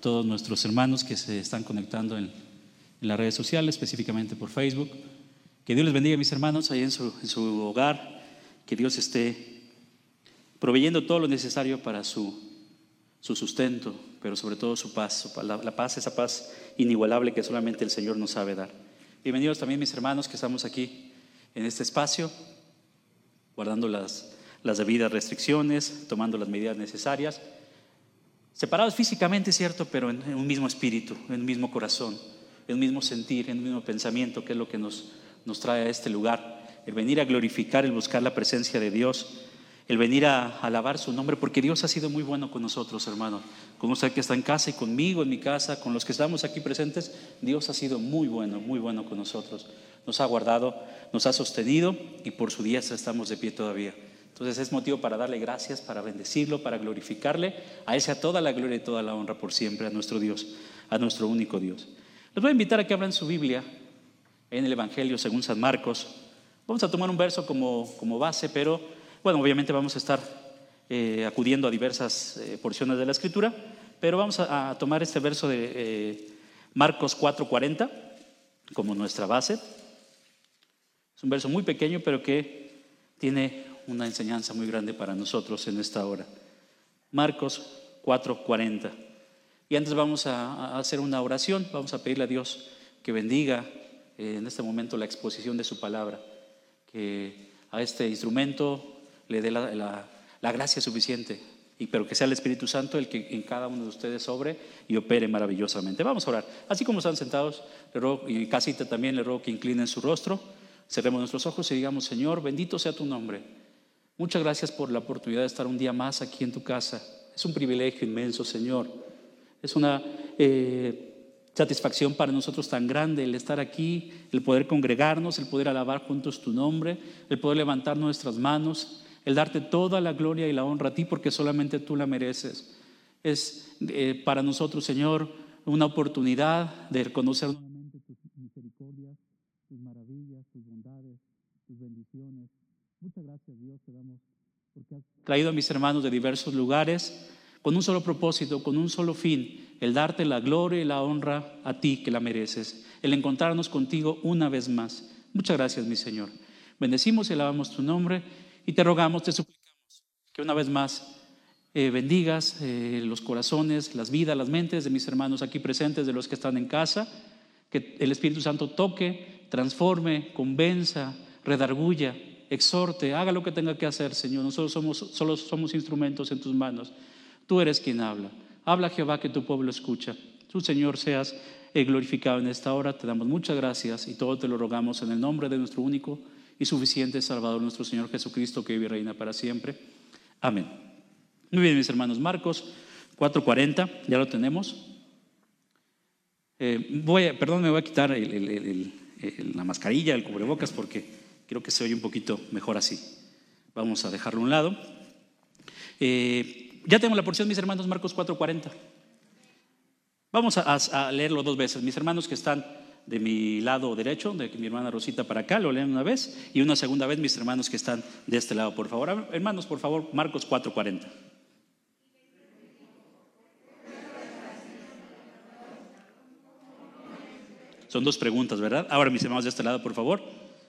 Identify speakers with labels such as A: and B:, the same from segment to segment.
A: todos nuestros hermanos que se están conectando en las redes sociales, específicamente por Facebook. Que Dios les bendiga, mis hermanos, ahí en su hogar. Que Dios esté proveyendo todo lo necesario para su sustento, pero sobre todo su paz, la paz, esa paz inigualable que solamente el Señor nos sabe dar. Bienvenidos también, mis hermanos, que estamos aquí en este espacio, guardando las debidas restricciones, tomando las medidas necesarias, separados físicamente, cierto, pero en un mismo espíritu, en un mismo corazón, en un mismo sentir, en un mismo pensamiento, que es lo que nos trae a este lugar. El venir a glorificar, el buscar la presencia de Dios, el venir a alabar su nombre, porque Dios ha sido muy bueno con nosotros, hermano. Con usted que está en casa y conmigo en mi casa, con los que estamos aquí presentes, Dios ha sido muy bueno con nosotros. Nos ha guardado, nos ha sostenido y por su diestra estamos de pie todavía. Entonces es motivo para darle gracias, para bendecirlo, para glorificarle. A Él sea toda la gloria y toda la honra por siempre, a nuestro Dios, a nuestro único Dios. Les voy a invitar a que abran su Biblia en el Evangelio según San Marcos. Vamos a tomar un verso como base, pero bueno, obviamente vamos a estar acudiendo a diversas porciones de la Escritura, pero vamos a tomar este verso de Marcos 4:40 como nuestra base. Es un verso muy pequeño, pero que tiene una enseñanza muy grande para nosotros en esta hora. Marcos 4:40. Y antes vamos a hacer una oración, vamos a pedirle a Dios que bendiga en este momento la exposición de su palabra, que a este instrumento le dé la gracia suficiente, pero que sea el Espíritu Santo el que en cada uno de ustedes sobre y opere maravillosamente. Vamos a orar. Así como están sentados, le ruego, y en casita también le ruego que inclinen su rostro, cerremos nuestros ojos y digamos: Señor, bendito sea tu nombre. Muchas gracias por la oportunidad de estar un día más aquí en tu casa. Es un privilegio inmenso, Señor. Es una satisfacción para nosotros tan grande el estar aquí, el poder congregarnos, el poder alabar juntos tu nombre, el poder levantar nuestras manos, el darte toda la gloria y la honra a ti, porque solamente tú la mereces. Es para nosotros, Señor, una oportunidad de reconocer nuevamente tus misericordias, tus maravillas, tus bondades, tus bendiciones. Muchas gracias, Dios, te damos, porque has traído a mis hermanos de diversos lugares con un solo propósito, con un solo fin: el darte la gloria y la honra a ti, que la mereces, el encontrarnos contigo una vez más. Muchas gracias, mi Señor. Bendecimos y alabamos tu nombre y te rogamos, te suplicamos que una vez más bendigas los corazones, las vidas, las mentes de mis hermanos aquí presentes, de los que están en casa, que el Espíritu Santo toque, transforme, convenza, redarguya, exhorte, haga lo que tenga que hacer, Señor. Nosotros solo somos instrumentos en tus manos. Tú eres quien habla. Habla, Jehová, que tu pueblo escucha. Tú, Señor, seas glorificado en esta hora. Te damos muchas gracias y todo te lo rogamos en el nombre de nuestro único y suficiente Salvador, nuestro Señor Jesucristo, que vive y reina para siempre. Amén. Muy bien, mis hermanos. Marcos 4:40, ya lo tenemos. Me voy a quitar la mascarilla, el cubrebocas, porque creo que se oye un poquito mejor así. Vamos a dejarlo a un lado. Ya tenemos la porción, mis hermanos, Marcos 4:40. Vamos a leerlo dos veces. Mis hermanos que están de mi lado derecho, de mi hermana Rosita para acá, lo leen una vez, y una segunda vez mis hermanos que están de este lado, por favor. Hermanos, por favor, Marcos 4:40. Son dos preguntas, ¿verdad? Ahora mis hermanos de este lado, por favor.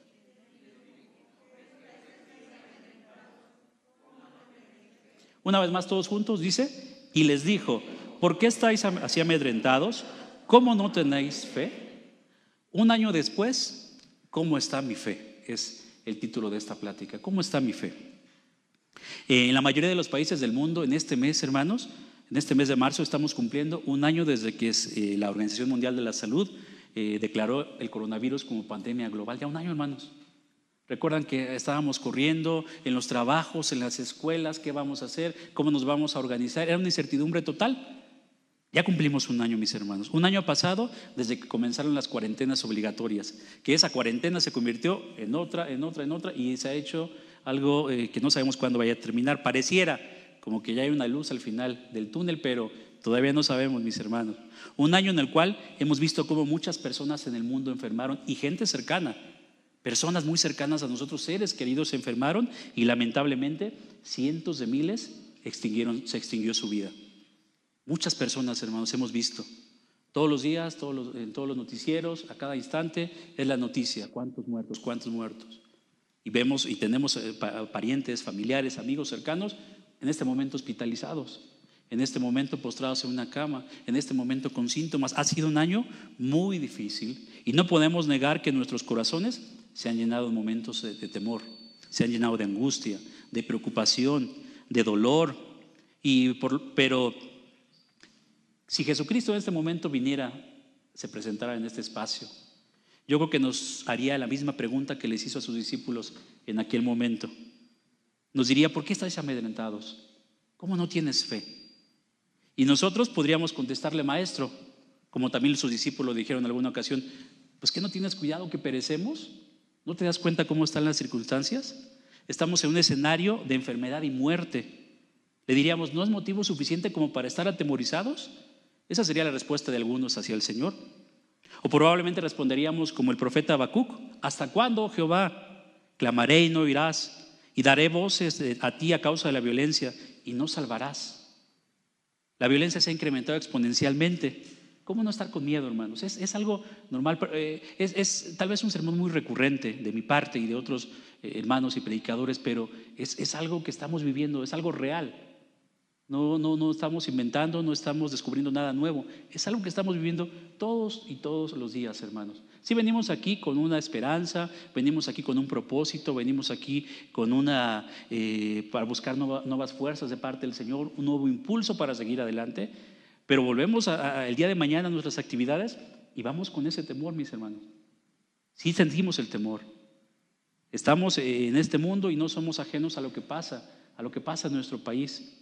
A: Una vez más todos juntos, dice: y les dijo: ¿por qué estáis así amedrentados? ¿Cómo no tenéis fe? Un año después, ¿cómo está mi fe? Es el título de esta plática. ¿Cómo está mi fe? En la mayoría de los países del mundo, en este mes, hermanos, en este mes de marzo, estamos cumpliendo un año desde que la Organización Mundial de la Salud declaró el coronavirus como pandemia global. Ya un año, hermanos. Recuerdan que estábamos corriendo en los trabajos, en las escuelas, qué vamos a hacer, cómo nos vamos a organizar. Era una incertidumbre total. Ya cumplimos un año, mis hermanos. Un año pasado desde que comenzaron las cuarentenas obligatorias, que esa cuarentena se convirtió en otra, y se ha hecho algo que no sabemos cuándo vaya a terminar. Pareciera como que ya hay una luz al final del túnel, pero todavía no sabemos, mis hermanos. Un año en el cual hemos visto cómo muchas personas en el mundo enfermaron, y gente cercana, personas muy cercanas a nosotros, seres queridos, se enfermaron, y lamentablemente cientos de miles se extinguió su vida. Muchas personas, hermanos, hemos visto todos los días, en todos los noticieros, a cada instante es la noticia: cuántos muertos, cuántos muertos. Y vemos y tenemos parientes, familiares, amigos cercanos en este momento hospitalizados, en este momento postrados en una cama, en este momento con síntomas. Ha sido un año muy difícil y no podemos negar que nuestros corazones se han llenado en momentos de temor, se han llenado de angustia, de preocupación, de dolor. Pero si Jesucristo en este momento viniera, se presentara en este espacio, yo creo que nos haría la misma pregunta que les hizo a sus discípulos en aquel momento. Nos diría: ¿por qué estáis amedrentados? ¿Cómo no tienes fe? Y nosotros podríamos contestarle: Maestro, como también sus discípulos dijeron en alguna ocasión, pues ¿que no tienes cuidado que perecemos? ¿No te das cuenta cómo están las circunstancias? Estamos en un escenario de enfermedad y muerte. Le diríamos: ¿no es motivo suficiente como para estar atemorizados? Esa sería la respuesta de algunos hacia el Señor. O probablemente responderíamos como el profeta Habacuc: ¿hasta cuándo, Jehová? Clamaré y no oirás, y daré voces a ti a causa de la violencia, y no salvarás. La violencia se ha incrementado exponencialmente. ¿Cómo no estar con miedo, hermanos? Es algo normal. Es tal vez un sermón muy recurrente de mi parte y de otros hermanos y predicadores, pero es algo que estamos viviendo, es algo real. No estamos inventando, no estamos descubriendo nada nuevo. Es algo que estamos viviendo todos y todos los días, hermanos. Si venimos aquí con una esperanza, venimos aquí con un propósito, venimos aquí con para buscar nuevas fuerzas de parte del Señor, un nuevo impulso para seguir adelante. Pero volvemos el día de mañana a nuestras actividades y vamos con ese temor, mis hermanos. Sí sentimos el temor. Estamos en este mundo y no somos ajenos a lo que pasa en nuestro país.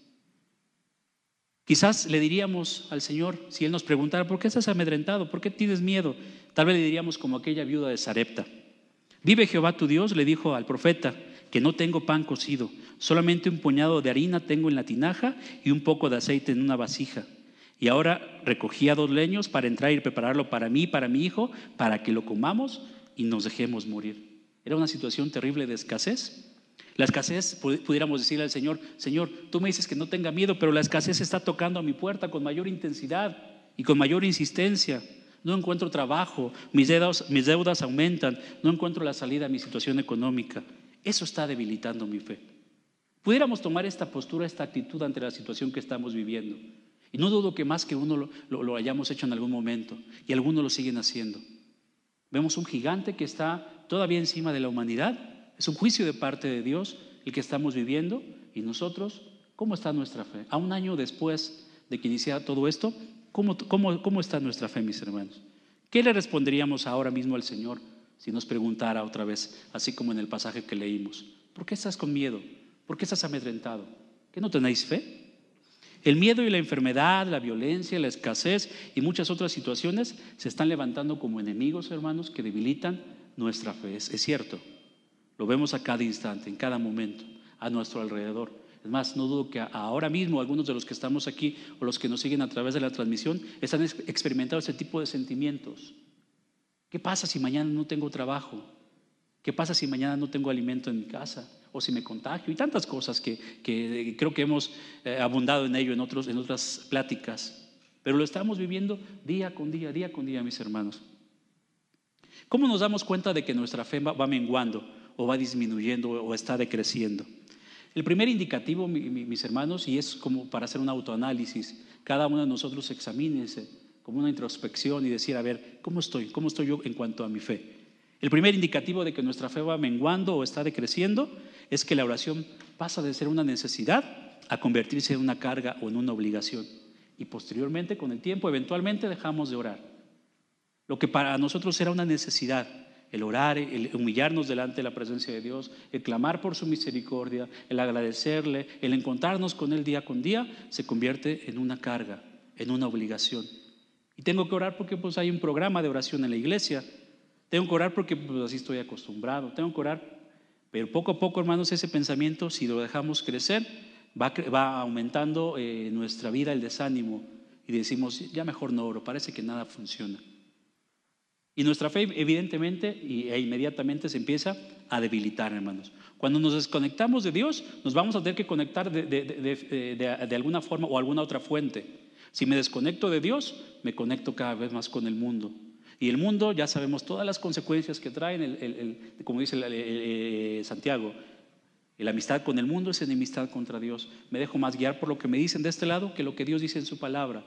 A: Quizás le diríamos al Señor, si Él nos preguntara: ¿por qué estás amedrentado? ¿Por qué tienes miedo? Tal vez le diríamos como aquella viuda de Sarepta: vive Jehová tu Dios, le dijo al profeta, que no tengo pan cocido, solamente un puñado de harina tengo en la tinaja y un poco de aceite en una vasija. Y ahora recogía 2 leños para entrar y prepararlo para mí y para mi hijo, para que lo comamos y nos dejemos morir. Era una situación terrible de escasez. La escasez, pudiéramos decirle al Señor: Señor, tú me dices que no tenga miedo, pero la escasez está tocando a mi puerta con mayor intensidad y con mayor insistencia. No encuentro trabajo, mis deudas aumentan, no encuentro la salida a mi situación económica. Eso está debilitando mi fe. Pudiéramos tomar esta postura, esta actitud ante la situación que estamos viviendo. Y no dudo que más que uno lo hayamos hecho en algún momento, y algunos lo siguen haciendo. Vemos un gigante que está todavía encima de la humanidad. Es un juicio de parte de Dios el que estamos viviendo. Y nosotros, ¿cómo está nuestra fe? A un año después de que iniciara todo esto, ¿cómo está nuestra fe, mis hermanos? ¿Qué le responderíamos ahora mismo al Señor si nos preguntara otra vez, así como en el pasaje que leímos? ¿Por qué estás con miedo? ¿Por qué estás amedrentado? ¿Qué no tenéis fe? El miedo y la enfermedad, la violencia, la escasez y muchas otras situaciones se están levantando como enemigos, hermanos, que debilitan nuestra fe. Es cierto, lo vemos a cada instante, en cada momento, a nuestro alrededor. Es más, no dudo que ahora mismo algunos de los que estamos aquí o los que nos siguen a través de la transmisión están experimentando ese tipo de sentimientos. ¿Qué pasa si mañana no tengo trabajo? ¿Qué pasa si mañana no tengo alimento en mi casa? O si me contagio, y tantas cosas que creo que hemos abundado en ello en otras pláticas, pero lo estamos viviendo día con día, mis hermanos. ¿Cómo nos damos cuenta de que nuestra fe va menguando o va disminuyendo o está decreciendo? El primer indicativo, mis hermanos, y es como para hacer un autoanálisis, cada uno de nosotros examínese como una introspección y decir: a ver, ¿cómo estoy yo en cuanto a mi fe? El primer indicativo de que nuestra fe va menguando o está decreciendo es que la oración pasa de ser una necesidad a convertirse en una carga o en una obligación. Y posteriormente, con el tiempo, eventualmente dejamos de orar. Lo que para nosotros era una necesidad, el orar, el humillarnos delante de la presencia de Dios, el clamar por su misericordia, el agradecerle, el encontrarnos con Él día con día, se convierte en una carga, en una obligación. Y tengo que orar porque pues hay un programa de oración en la iglesia. Tengo que orar porque pues, así estoy acostumbrado. Tengo que orar. Pero poco a poco, hermanos, ese pensamiento, si lo dejamos crecer, va aumentando en nuestra vida el desánimo. Y decimos: ya mejor no oro, parece que nada funciona. Y nuestra fe evidentemente e inmediatamente se empieza a debilitar, hermanos. Cuando nos desconectamos de Dios, nos vamos a tener que conectar de alguna forma o alguna otra fuente. Si me desconecto de Dios, me conecto cada vez más con el mundo. Y el mundo, ya sabemos todas las consecuencias que traen, como dice Santiago, la amistad con el mundo es enemistad contra Dios. Me dejo más guiar por lo que me dicen de este lado que lo que Dios dice en su palabra.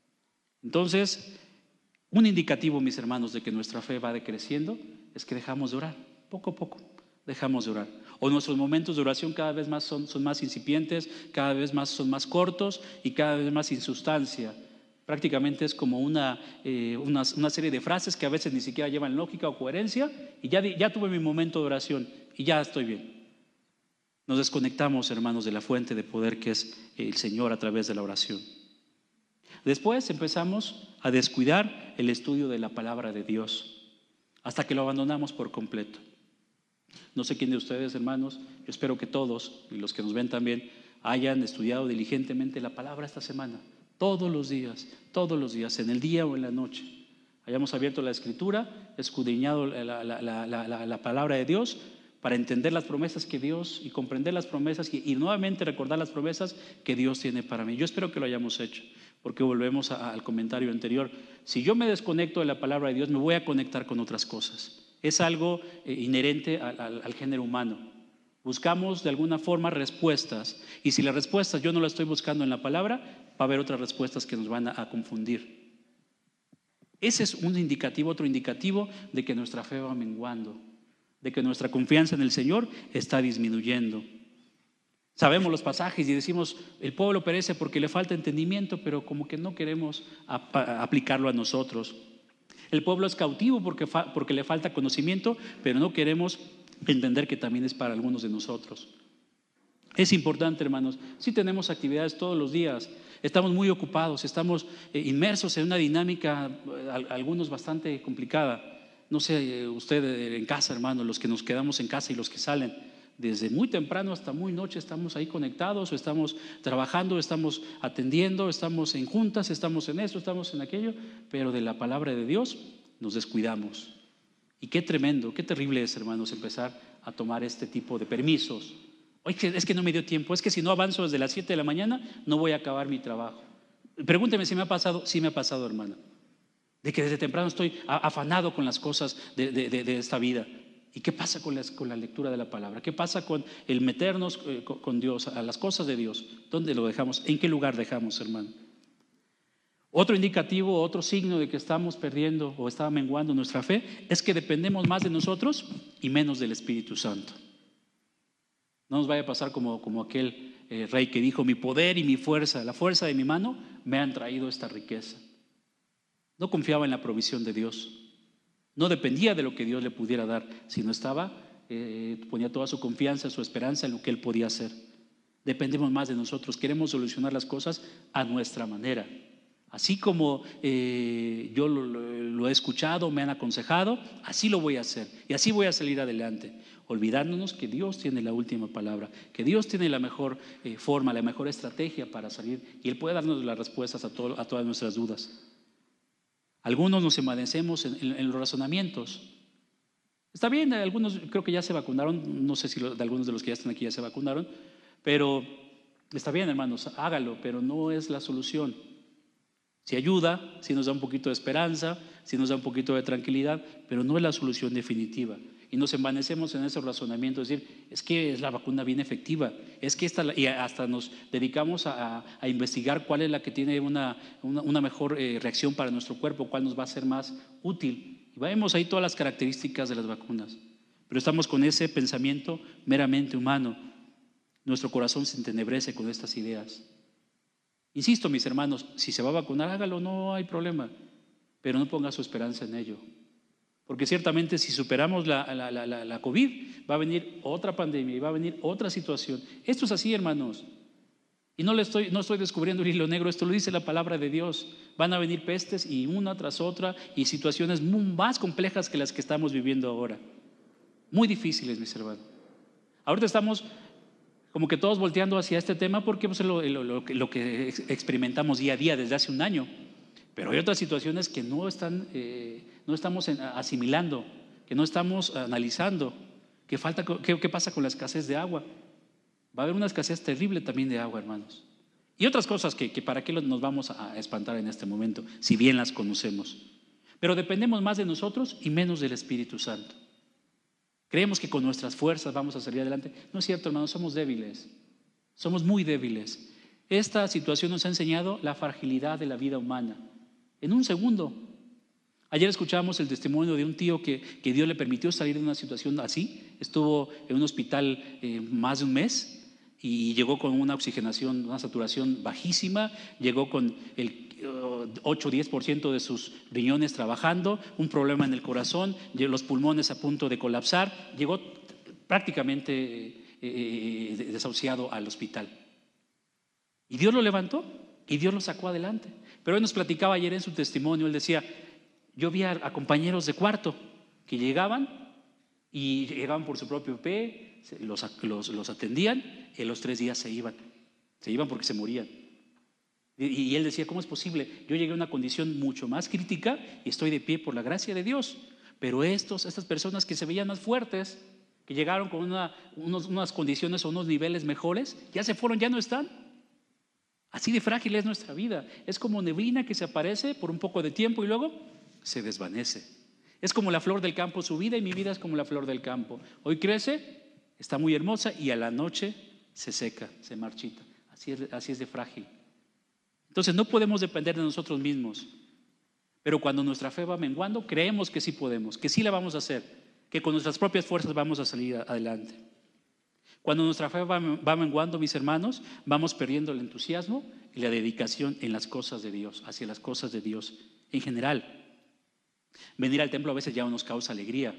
A: Entonces, un indicativo, mis hermanos, de que nuestra fe va decreciendo es que dejamos de orar, poco a poco dejamos de orar. O nuestros momentos de oración cada vez más son más incipientes, cada vez más son más cortos y cada vez más sin sustancia. Prácticamente es como una serie de frases que a veces ni siquiera llevan lógica o coherencia, y ya tuve mi momento de oración y ya estoy bien. Nos desconectamos, hermanos, de la fuente de poder que es el Señor a través de la oración. Después empezamos a descuidar el estudio de la palabra de Dios hasta que lo abandonamos por completo. No sé quién de ustedes, hermanos, yo espero que todos, y los que nos ven también, hayan estudiado diligentemente la palabra esta semana. Todos los días, en el día o en la noche. Hayamos abierto la Escritura, escudriñado la palabra de Dios para entender las promesas que Dios y comprender las promesas y nuevamente recordar las promesas que Dios tiene para mí. Yo espero que lo hayamos hecho, porque volvemos al comentario anterior. Si yo me desconecto de la palabra de Dios, me voy a conectar con otras cosas. Es algo inherente al género humano. Buscamos de alguna forma respuestas, y si las respuestas yo no las estoy buscando en la palabra, va a haber otras respuestas que nos van a confundir. Ese es un indicativo, otro indicativo de que nuestra fe va menguando, de que nuestra confianza en el Señor está disminuyendo. Sabemos los pasajes y decimos, el pueblo perece porque le falta entendimiento, pero como que no queremos aplicarlo a nosotros. El pueblo es cautivo porque le falta conocimiento, pero no queremos entender que también es para algunos de nosotros. Es importante, hermanos, sí tenemos actividades todos los días, estamos muy ocupados, estamos inmersos en una dinámica, algunos bastante complicada. No sé, usted en casa, hermano, los que nos quedamos en casa y los que salen, desde muy temprano hasta muy noche estamos ahí conectados, o estamos trabajando, estamos atendiendo, estamos en juntas, estamos en esto, estamos en aquello, pero de la palabra de Dios nos descuidamos. Y qué tremendo, qué terrible es, hermanos, empezar a tomar este tipo de permisos. Oye, es que no me dio tiempo, es que si no avanzo desde las 7 de la mañana no voy a acabar mi trabajo. Pregúnteme si me ha pasado. Sí me ha pasado, hermana, de que desde temprano estoy afanado con las cosas de esta vida. ¿Y qué pasa con la lectura de la palabra? ¿Qué pasa con el meternos con Dios, a las cosas de Dios? ¿Dónde lo dejamos? ¿En qué lugar dejamos, hermano? Otro indicativo, otro signo de que estamos perdiendo o está menguando nuestra fe es que dependemos más de nosotros y menos del Espíritu Santo. No nos vaya a pasar como aquel rey que dijo: mi poder y mi fuerza, la fuerza de mi mano me han traído esta riqueza. No confiaba en la provisión de Dios, no dependía de lo que Dios le pudiera dar, sino ponía toda su confianza, su esperanza en lo que Él podía hacer. Dependemos más de nosotros, queremos solucionar las cosas a nuestra manera. Así como yo lo he escuchado, me han aconsejado, así lo voy a hacer y así voy a salir adelante, olvidándonos que Dios tiene la última palabra, que Dios tiene la mejor forma, la mejor estrategia para salir, y Él puede darnos las respuestas a todas nuestras dudas. Algunos nos envanecemos en los razonamientos. Está bien, algunos creo que ya se vacunaron, no sé si de algunos de los que ya están aquí ya se vacunaron, pero está bien, hermanos, hágalo, pero no es la solución. Si ayuda, si nos da un poquito de esperanza, si nos da un poquito de tranquilidad, pero no es la solución definitiva. Y nos envanecemos en ese razonamiento, es decir, es que es la vacuna bien efectiva, es que y hasta nos dedicamos a investigar cuál es la que tiene una mejor reacción para nuestro cuerpo, cuál nos va a ser más útil. Y vemos ahí todas las características de las vacunas, pero estamos con ese pensamiento meramente humano. Nuestro corazón se entenebrece con estas ideas. Insisto, mis hermanos, si se va a vacunar, hágalo, no hay problema, pero no ponga su esperanza en ello, porque ciertamente si superamos la COVID, va a venir otra pandemia y va a venir otra situación. Esto es así, hermanos, y no estoy descubriendo el hilo negro, esto lo dice la palabra de Dios. Van a venir pestes y una tras otra, y situaciones más complejas que las que estamos viviendo ahora, muy difíciles, mis hermanos. Ahorita estamos como que todos volteando hacia este tema porque es lo que experimentamos día a día desde hace un año, pero hay otras situaciones que no estamos asimilando, que no estamos analizando. ¿Qué pasa con la escasez de agua? Va a haber una escasez terrible también de agua, hermanos, Y otras cosas que para qué nos vamos a espantar en este momento, si bien las conocemos. Pero dependemos más de nosotros y menos del Espíritu Santo. Creemos que con nuestras fuerzas vamos a salir adelante. No es cierto, hermanos, somos débiles. Somos muy débiles. Esta situación nos ha enseñado la fragilidad de la vida humana. En un segundo. Ayer escuchábamos el testimonio de un tío que Dios le permitió salir de una situación así. Estuvo en un hospital más de un mes y llegó con una oxigenación, una saturación bajísima. Llegó con el 8 o 10% de sus riñones trabajando, un problema en el corazón, los pulmones a punto de colapsar. Llegó prácticamente desahuciado al hospital. Y Dios lo levantó y Dios lo sacó adelante. Pero él nos platicaba ayer en su testimonio, él decía: yo vi a compañeros de cuarto que llegaban por su propio pie, los atendían y a los 3 días se iban porque se morían. Y él decía: ¿cómo es posible? Yo llegué a una condición mucho más crítica y estoy de pie por la gracia de Dios. Pero estas personas que se veían más fuertes, que llegaron con unas condiciones o unos niveles mejores, ya se fueron, ya no están. Así de frágil es nuestra vida. Es como neblina que se aparece por un poco de tiempo y luego se desvanece. Es como la flor del campo, su vida y mi vida es como la flor del campo. Hoy crece, está muy hermosa y a la noche se seca, se marchita. Así es de frágil. Entonces no podemos depender de nosotros mismos. Pero cuando nuestra fe va menguando, creemos que sí podemos, que sí la vamos a hacer, que con nuestras propias fuerzas vamos a salir adelante. Cuando nuestra fe va menguando, mis hermanos, vamos perdiendo el entusiasmo y la dedicación en las cosas de Dios, hacia las cosas de Dios en general. Venir al templo a veces ya nos causa alegría.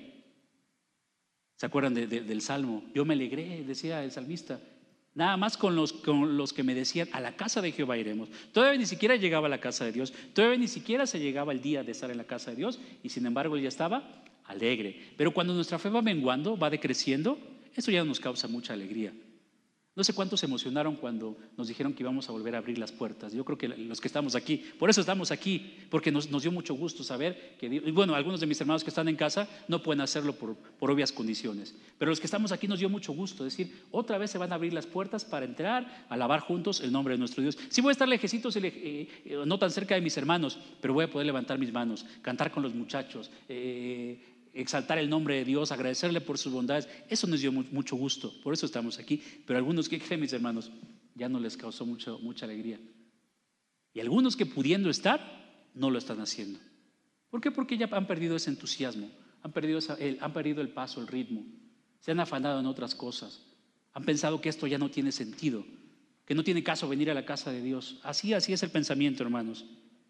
A: ¿Se acuerdan del Salmo? Yo me alegré, decía el salmista, nada más con los que me decían: a la casa de Jehová iremos. Todavía ni siquiera llegaba a la casa de Dios, todavía ni siquiera se llegaba el día de estar en la casa de Dios, y sin embargo él ya estaba alegre. Pero cuando nuestra fe va menguando, va decreciendo, eso ya nos causa mucha alegría. No sé cuántos se emocionaron cuando nos dijeron que íbamos a volver a abrir las puertas. Yo creo que los que estamos aquí, por eso estamos aquí, porque nos dio mucho gusto saber que Dios, y bueno, algunos de mis hermanos que están en casa no pueden hacerlo por obvias condiciones, pero los que estamos aquí nos dio mucho gusto decir: otra vez se van a abrir las puertas para entrar, a alabar juntos el nombre de nuestro Dios. Sí voy a estar lejecitos, no tan cerca de mis hermanos, pero voy a poder levantar mis manos, cantar con los muchachos, exaltar el nombre de Dios, agradecerle por sus bondades. Eso nos dio mucho gusto, por eso estamos aquí. Pero algunos, ¿qué creen, mis hermanos? Ya no les causó mucha alegría. Y algunos que pudiendo estar, no lo están haciendo. ¿Por qué? Porque ya han perdido ese entusiasmo, han perdido el paso, el ritmo, se han afanado en otras cosas, han pensado que esto ya no tiene sentido, que no tiene caso venir a la casa de Dios. Así es el pensamiento, hermanos.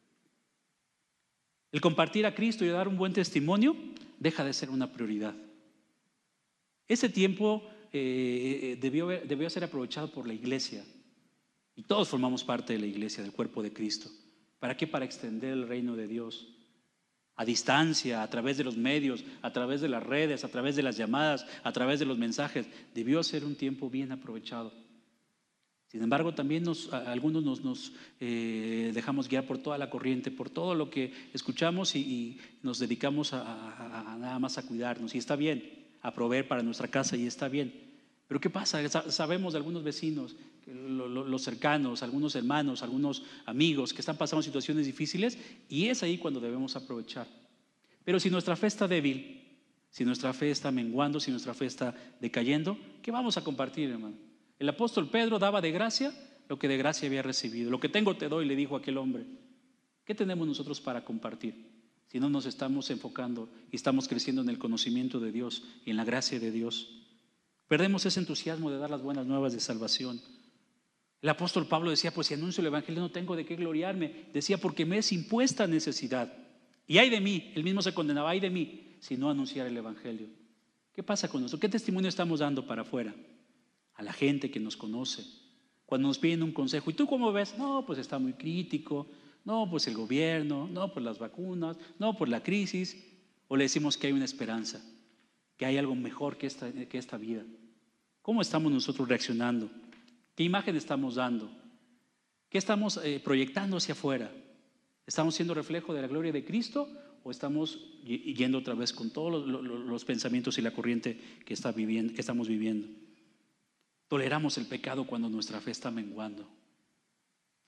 A: El compartir a Cristo y dar un buen testimonio deja de ser una prioridad. Ese tiempo debió ser aprovechado por la iglesia. Y todos formamos parte de la iglesia, del cuerpo de Cristo. ¿Para qué? Para extender el reino de Dios. A distancia, a través de los medios, a través de las redes, a través de las llamadas, a través de los mensajes. Debió ser un tiempo bien aprovechado. Sin embargo, también algunos nos dejamos guiar por toda la corriente, por todo lo que escuchamos y nos dedicamos a nada más a cuidarnos. Y está bien, a proveer para nuestra casa, y está bien. Pero ¿qué pasa? Sabemos de algunos vecinos, los cercanos, algunos hermanos, algunos amigos que están pasando situaciones difíciles, y es ahí cuando debemos aprovechar. Pero si nuestra fe está débil, si nuestra fe está menguando, si nuestra fe está decayendo, ¿qué vamos a compartir, hermano? El apóstol Pedro daba de gracia lo que de gracia había recibido. Lo que tengo te doy, le dijo a aquel hombre. ¿Qué tenemos nosotros para compartir? Si no nos estamos enfocando y estamos creciendo en el conocimiento de Dios y en la gracia de Dios. Perdemos ese entusiasmo de dar las buenas nuevas de salvación. El apóstol Pablo decía: pues si anuncio el evangelio no tengo de qué gloriarme. Decía: porque me es impuesta necesidad. Y ay de mí, él mismo se condenaba: ay de mí si no anunciar el evangelio. ¿Qué pasa con nosotros? ¿Qué testimonio estamos dando para afuera? A la gente que nos conoce, cuando nos piden un consejo: ¿y tú cómo ves? No, pues está muy crítico. No, pues el gobierno. No, pues las vacunas. No, pues la crisis. O le decimos que hay una esperanza, que hay algo mejor que esta vida. ¿Cómo estamos nosotros reaccionando? ¿Qué imagen estamos dando? ¿Qué estamos proyectando hacia afuera? ¿Estamos siendo reflejo de la gloria de Cristo o estamos yendo otra vez con todos los pensamientos y la corriente que estamos viviendo? Toleramos el pecado cuando nuestra fe está menguando.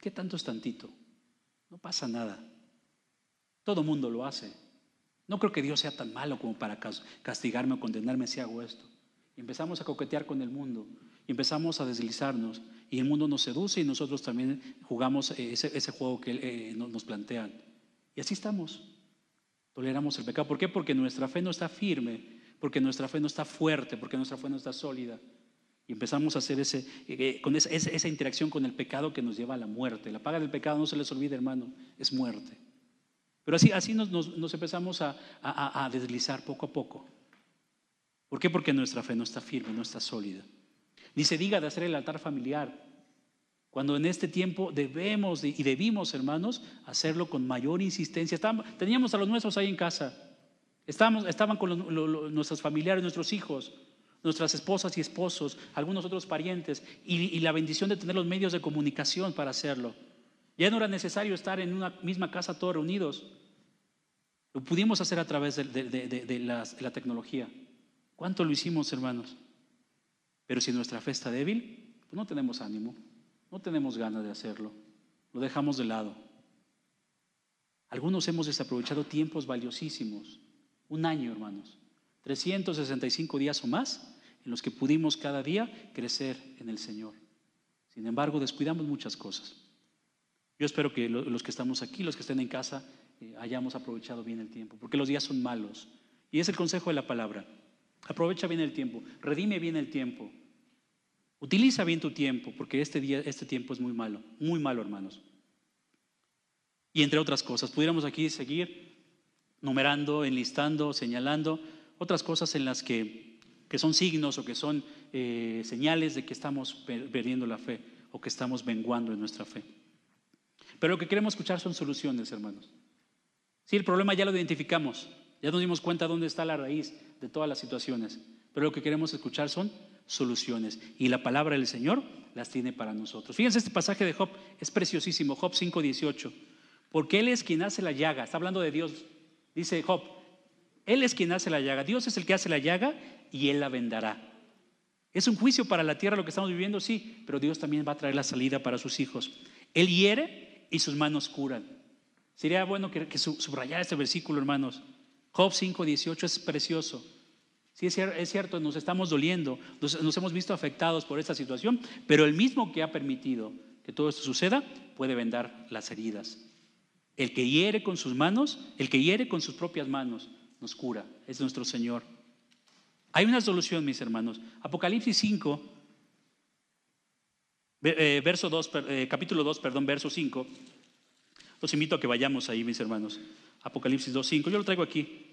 A: ¿Qué tanto es tantito? No pasa nada. Todo mundo lo hace. No creo que Dios sea tan malo como para castigarme o condenarme si hago esto. Y empezamos a coquetear con el mundo. Y empezamos a deslizarnos. Y el mundo nos seduce y nosotros también jugamos ese juego que nos plantean. Y así estamos. Toleramos el pecado. ¿Por qué? Porque nuestra fe no está firme. Porque nuestra fe no está fuerte. Porque nuestra fe no está sólida. Y empezamos a hacer esa interacción con el pecado que nos lleva a la muerte. La paga del pecado, no se les olvide, hermano, es muerte. Pero así nos empezamos a deslizar poco a poco. ¿Por qué? Porque nuestra fe no está firme, no está sólida. Ni se diga de hacer el altar familiar, cuando en este tiempo debimos, hermanos, hacerlo con mayor insistencia. Teníamos a los nuestros ahí en casa, estaban con nuestros familiares, nuestros hijos, nuestras esposas y esposos, algunos otros parientes, y la bendición de tener los medios de comunicación para hacerlo. Ya no era necesario estar en una misma casa todos reunidos. Lo pudimos hacer a través de la tecnología. ¿Cuánto lo hicimos, hermanos? Pero si nuestra fe está débil, pues no tenemos ánimo, no tenemos ganas de hacerlo. Lo dejamos de lado. Algunos hemos desaprovechado tiempos valiosísimos. Un año, hermanos. 365 días o más en los que pudimos cada día crecer en el Señor. Sin embargo, descuidamos muchas cosas. Yo espero que los que estamos aquí, los que estén en casa, hayamos aprovechado bien el tiempo, porque los días son malos. Y es el consejo de la palabra. Aprovecha bien el tiempo, redime bien el tiempo. Utiliza bien tu tiempo, porque este tiempo es muy malo, hermanos. Y entre otras cosas, pudiéramos aquí seguir numerando, enlistando, señalando otras cosas en las que son signos o que son señales de que estamos perdiendo la fe o que estamos menguando en nuestra fe. Pero lo que queremos escuchar son soluciones, hermanos. Sí, el problema ya lo identificamos, ya nos dimos cuenta dónde está la raíz de todas las situaciones, pero lo que queremos escuchar son soluciones, y la palabra del Señor las tiene para nosotros. Fíjense, este pasaje de Job es preciosísimo, Job 5:18, porque Él es quien hace la llaga. Está hablando de Dios, dice Job, Él es quien hace la llaga, Dios es el que hace la llaga y Él la vendará. ¿Es un juicio para la tierra lo que estamos viviendo? Sí, pero Dios también va a traer la salida para sus hijos. Él hiere y sus manos curan. Sería bueno que subrayara este versículo, hermanos. Job 5:18 es precioso. Sí, es cierto, nos estamos doliendo, nos hemos visto afectados por esta situación, pero el mismo que ha permitido que todo esto suceda puede vendar las heridas. El que hiere con sus manos, el que hiere con sus propias manos, nos cura, es nuestro Señor. Hay una solución, mis hermanos. Apocalipsis 5, capítulo 2, verso 5. Los invito a que vayamos ahí, mis hermanos. Apocalipsis 2:5. Yo lo traigo aquí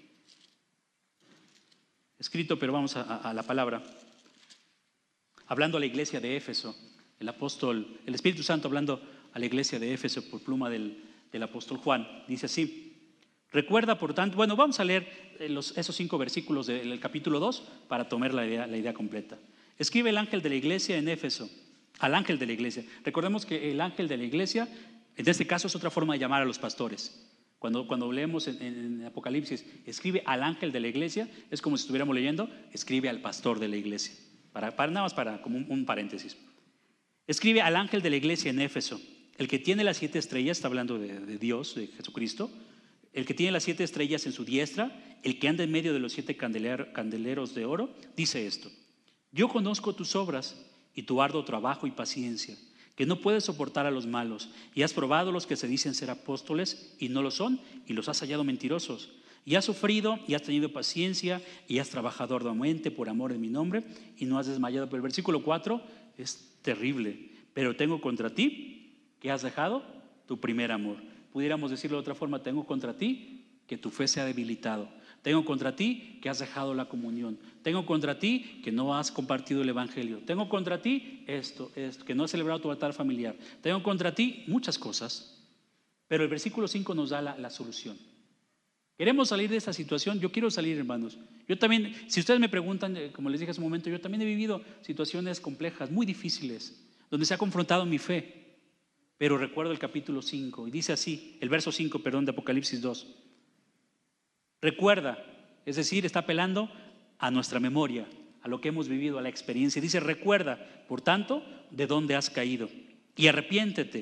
A: escrito, pero vamos a la palabra. Hablando a la iglesia de Éfeso, el Espíritu Santo hablando a la iglesia de Éfeso por pluma del apóstol Juan, dice así: recuerda, por tanto, bueno, vamos a leer esos 5 versículos del capítulo 2 para tomar la idea completa. Escribe el ángel de la iglesia en Éfeso, al ángel de la iglesia. Recordemos que el ángel de la iglesia, en este caso, es otra forma de llamar a los pastores. Cuando leemos en Apocalipsis, escribe al ángel de la iglesia, es como si estuviéramos leyendo, escribe al pastor de la iglesia. Nada más como un paréntesis. Escribe al ángel de la iglesia en Éfeso, el que tiene las 7 estrellas, está hablando de Dios, de Jesucristo, el que tiene las 7 estrellas en su diestra, el que anda en medio de los 7 candeleros de oro, dice esto: yo conozco tus obras y tu arduo trabajo y paciencia, que no puedes soportar a los malos, y has probado los que se dicen ser apóstoles y no lo son, y los has hallado mentirosos, y has sufrido y has tenido paciencia y has trabajado arduamente por amor de mi nombre y no has desmayado. Pero el versículo 4 es terrible: pero tengo contra ti que has dejado tu primer amor. Pudiéramos decirlo de otra forma: tengo contra ti que tu fe se ha debilitado. Tengo contra ti que has dejado la comunión. Tengo contra ti que no has compartido el evangelio. Tengo contra ti esto, que no has celebrado tu altar familiar. Tengo contra ti muchas cosas. Pero el versículo 5 nos da la solución. Queremos salir de esta situación. Yo quiero salir, hermanos. Yo también, si ustedes me preguntan, como les dije hace un momento, yo también he vivido situaciones complejas, muy difíciles, donde se ha confrontado mi fe. Pero recuerdo el capítulo 5 y dice así, el verso 5, de Apocalipsis 2. Recuerda, es decir, está apelando a nuestra memoria, a lo que hemos vivido, a la experiencia. Dice: recuerda, por tanto, de dónde has caído, y arrepiéntete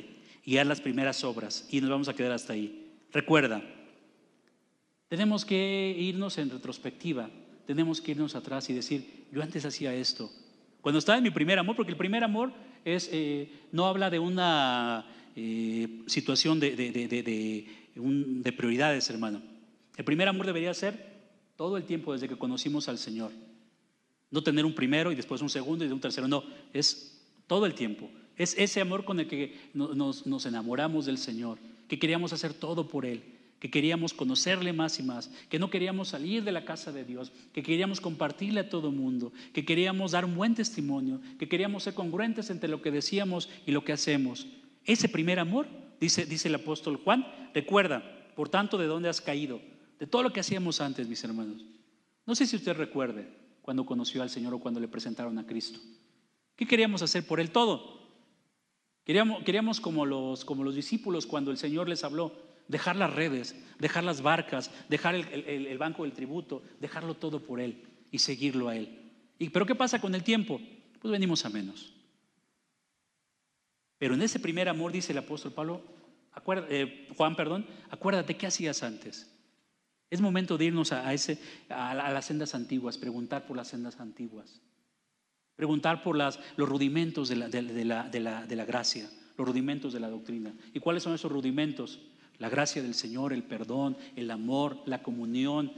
A: y haz las primeras obras, y nos vamos a quedar hasta ahí. Recuerda, tenemos que irnos en retrospectiva, tenemos que irnos atrás y decir, yo antes hacía esto. Cuando estaba en mi primer amor, porque el primer amor no habla de una situación de prioridades, hermano. El primer amor debería ser todo el tiempo desde que conocimos al Señor. No tener un primero y después un segundo y de un tercero, no, es todo el tiempo. Es ese amor con el que nos enamoramos del Señor, que queríamos hacer todo por Él, que queríamos conocerle más y más, que no queríamos salir de la casa de Dios, que queríamos compartirle a todo mundo, que queríamos dar un buen testimonio, que queríamos ser congruentes entre lo que decíamos y lo que hacemos. Ese primer amor, dice el apóstol Juan, recuerda, por tanto, de dónde has caído, de todo lo que hacíamos antes, mis hermanos. No sé si usted recuerde cuando conoció al Señor o cuando le presentaron a Cristo. ¿Qué queríamos hacer por Él? Todo. Queríamos como los discípulos cuando el Señor les habló, dejar las redes, dejar las barcas, dejar el banco del tributo, dejarlo todo por Él y seguirlo a Él. ¿Pero qué pasa con el tiempo? Pues venimos a menos. Pero en ese primer amor, dice el apóstol Juan, acuérdate qué hacías antes. Es momento de irnos a las sendas antiguas, preguntar por las sendas antiguas, preguntar por los rudimentos de la gracia, los rudimentos de la doctrina. ¿Y cuáles son esos rudimentos? La gracia del Señor, el perdón, el amor, la comunión,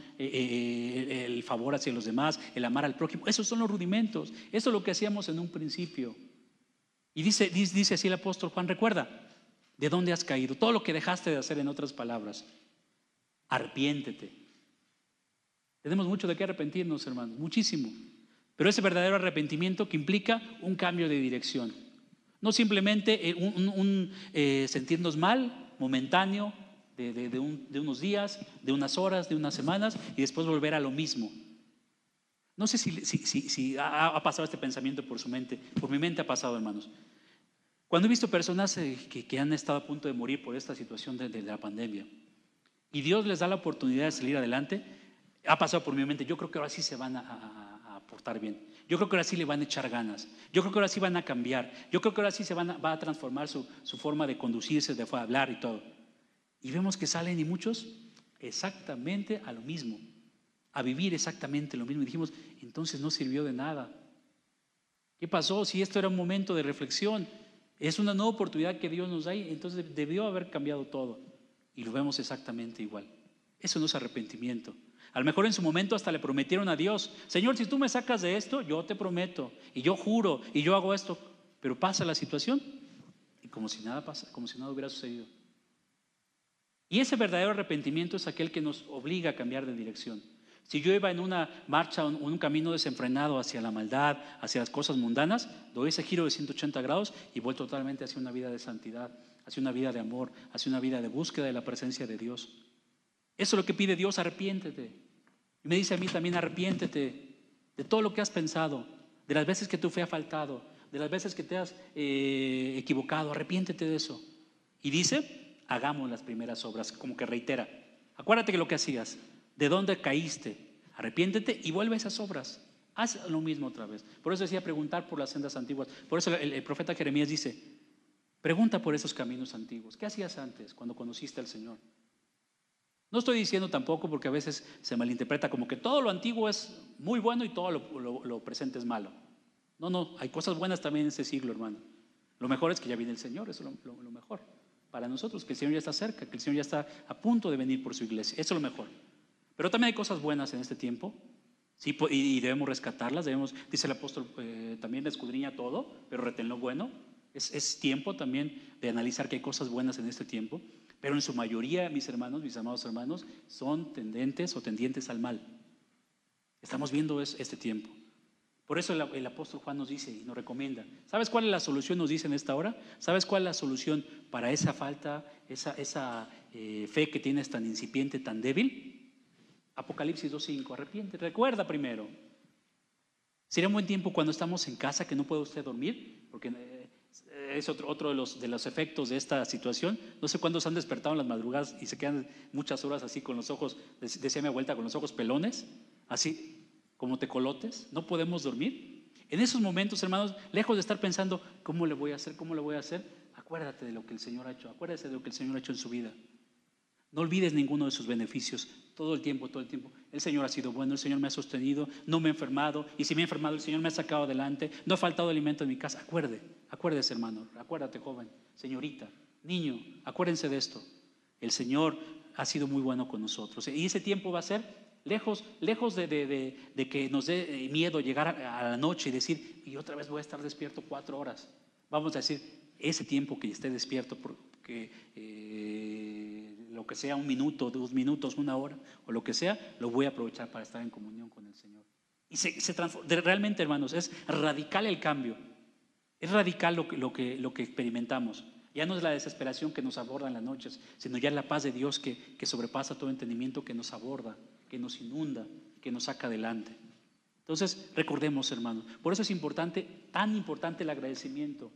A: el favor hacia los demás, el amar al prójimo. Esos son los rudimentos. Eso es lo que hacíamos en un principio. Y dice así el apóstol Juan, recuerda, ¿de dónde has caído? Todo lo que dejaste de hacer, en otras palabras. Arrepiéntete. Tenemos mucho de qué arrepentirnos, hermanos, muchísimo. Pero ese verdadero arrepentimiento que implica un cambio de dirección. No simplemente sentirnos mal, momentáneo, de unos días, de unas horas, de unas semanas, y después volver a lo mismo. No sé si ha pasado este pensamiento por su mente. Por mi mente ha pasado, hermanos. Cuando he visto personas que han estado a punto de morir por esta situación de la pandemia, y Dios les da la oportunidad de salir adelante, ha pasado por mi mente, yo creo que ahora sí se van a portar bien. Yo creo que ahora sí le van a echar ganas. Yo creo que ahora sí van a cambiar. Yo creo que ahora sí va a transformar su forma de conducirse, de hablar y todo. Y vemos que salen y muchos exactamente a lo mismo, a vivir exactamente lo mismo. Y dijimos, entonces no sirvió de nada. ¿Qué pasó? Si esto era un momento de reflexión, es una nueva oportunidad que Dios nos da, y entonces debió haber cambiado todo. Y lo vemos exactamente igual. Eso no es arrepentimiento. A lo mejor en su momento hasta le prometieron a Dios, Señor, si tú me sacas de esto, yo te prometo, y yo juro, y yo hago esto. Pero pasa la situación y como si nada pasa, como si nada hubiera sucedido. Y ese verdadero arrepentimiento es aquel que nos obliga a cambiar de dirección. Si yo iba en una marcha, en un camino desenfrenado hacia la maldad, hacia las cosas mundanas, doy ese giro de 180 grados y voy totalmente hacia una vida de santidad, hacia una vida de amor, hacia una vida de búsqueda de la presencia de Dios. Eso es lo que pide Dios, arrepiéntete. Y me dice a mí también, arrepiéntete de todo lo que has pensado, de las veces que tu fe ha faltado, de las veces que te has equivocado, arrepiéntete de eso. Y dice, hagamos las primeras obras, como que reitera. Acuérdate que lo que hacías, de dónde caíste, arrepiéntete y vuelve a esas obras. Haz lo mismo otra vez. Por eso decía preguntar por las sendas antiguas. Por eso el profeta Jeremías dice, pregunta por esos caminos antiguos. ¿Qué hacías antes cuando conociste al Señor? No estoy diciendo tampoco, porque a veces se malinterpreta como que todo lo antiguo es muy bueno y todo lo presente es malo. No, hay cosas buenas también en este siglo, hermano. Lo mejor es que ya viene el Señor, eso es lo mejor para nosotros, que el Señor ya está cerca, que el Señor ya está a punto de venir por su iglesia. Eso es lo mejor. Pero también hay cosas buenas en este tiempo, sí, y debemos rescatarlas. Dice el apóstol, también escudriña todo, pero retén lo bueno. Es tiempo también de analizar que hay cosas buenas en este tiempo. Pero en su mayoría, mis hermanos, mis amados hermanos, son tendentes o tendientes al mal. Estamos viendo este tiempo. Por eso el apóstol Juan nos dice y nos recomienda. ¿Sabes cuál es la solución? Nos dice en esta hora. ¿Sabes cuál es la solución para esa falta, esa fe que tienes tan incipiente, tan débil? Apocalipsis 2:5. Arrepiente, recuerda primero. Sería un buen tiempo cuando estamos en casa que no puede usted dormir, porque es otro de los efectos de esta situación. No sé cuántos han despertado en las madrugadas y se quedan muchas horas así con los ojos, decía mi abuelita, con los ojos pelones, así como tecolotes. No podemos dormir. En esos momentos, hermanos, lejos de estar pensando, ¿cómo le voy a hacer? acuérdate de lo que el Señor ha hecho, acuérdate de lo que el Señor ha hecho en su vida. No olvides ninguno de sus beneficios, todo el tiempo, todo el tiempo. El Señor ha sido bueno, el Señor me ha sostenido, no me he enfermado, y si me he enfermado, el Señor me ha sacado adelante, no ha faltado alimento en mi casa. Acuérdese, hermano, acuérdate, joven, señorita, niño, acuérdense de esto. El Señor ha sido muy bueno con nosotros, y ese tiempo va a ser lejos de que nos dé miedo llegar a la noche y decir, y otra vez voy a estar despierto 4 horas. Vamos a decir, ese tiempo que esté despierto, porque lo que sea, 1 minuto, 2 minutos, 1 hora, o lo que sea, lo voy a aprovechar para estar en comunión con el Señor. Y se transforma, realmente, hermanos, es radical el cambio. Es radical lo que experimentamos. Ya no es la desesperación que nos aborda en las noches, sino ya es la paz de Dios que sobrepasa todo entendimiento, que nos aborda, que nos inunda, que nos saca adelante. Entonces, recordemos, hermanos, por eso es importante, tan importante el agradecimiento.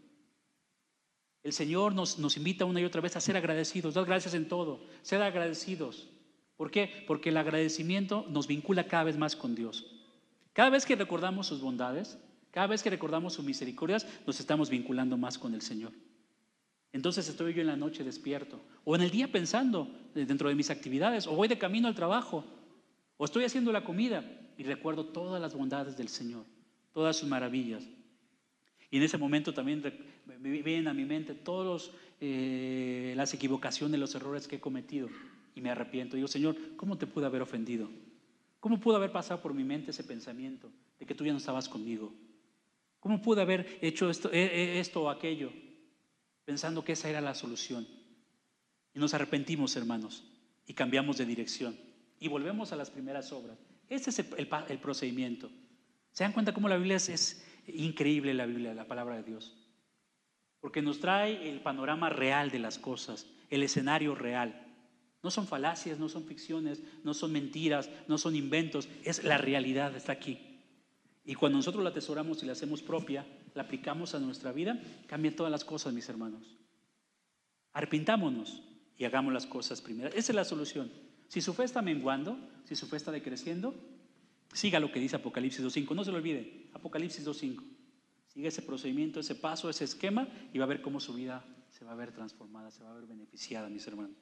A: El Señor nos invita una y otra vez a ser agradecidos. Dad gracias en todo, ser agradecidos. ¿Por qué? Porque el agradecimiento nos vincula cada vez más con Dios. Cada vez que recordamos sus bondades, cada vez que recordamos sus misericordias, nos estamos vinculando más con el Señor. Entonces estoy yo en la noche despierto, o en el día pensando dentro de mis actividades, o voy de camino al trabajo, o estoy haciendo la comida y recuerdo todas las bondades del Señor, todas sus maravillas. Y en ese momento también me vienen a mi mente todas las equivocaciones, los errores que he cometido, y me arrepiento. Digo, Señor, ¿cómo te pude haber ofendido? ¿Cómo pudo haber pasado por mi mente ese pensamiento de que tú ya no estabas conmigo? ¿Cómo pude haber hecho esto o aquello, pensando que esa era la solución? Y nos arrepentimos, hermanos, y cambiamos de dirección y volvemos a las primeras obras. Ese es el procedimiento. ¿Se dan cuenta cómo la Biblia es increíble, la Biblia, la palabra de Dios? Porque nos trae el panorama real de las cosas, el escenario real. No son falacias, no son ficciones, no son mentiras, no son inventos, es la realidad, está aquí. Y cuando nosotros la atesoramos y la hacemos propia, la aplicamos a nuestra vida, cambian todas las cosas, mis hermanos. Arrepintámonos y hagamos las cosas primeras. Esa es la solución. Si su fe está menguando, si su fe está decreciendo, siga lo que dice Apocalipsis 2.5. No se lo olvide, Apocalipsis 2.5. Siga ese procedimiento, ese paso, ese esquema, y va a ver cómo su vida se va a ver transformada, se va a ver beneficiada, mis hermanos.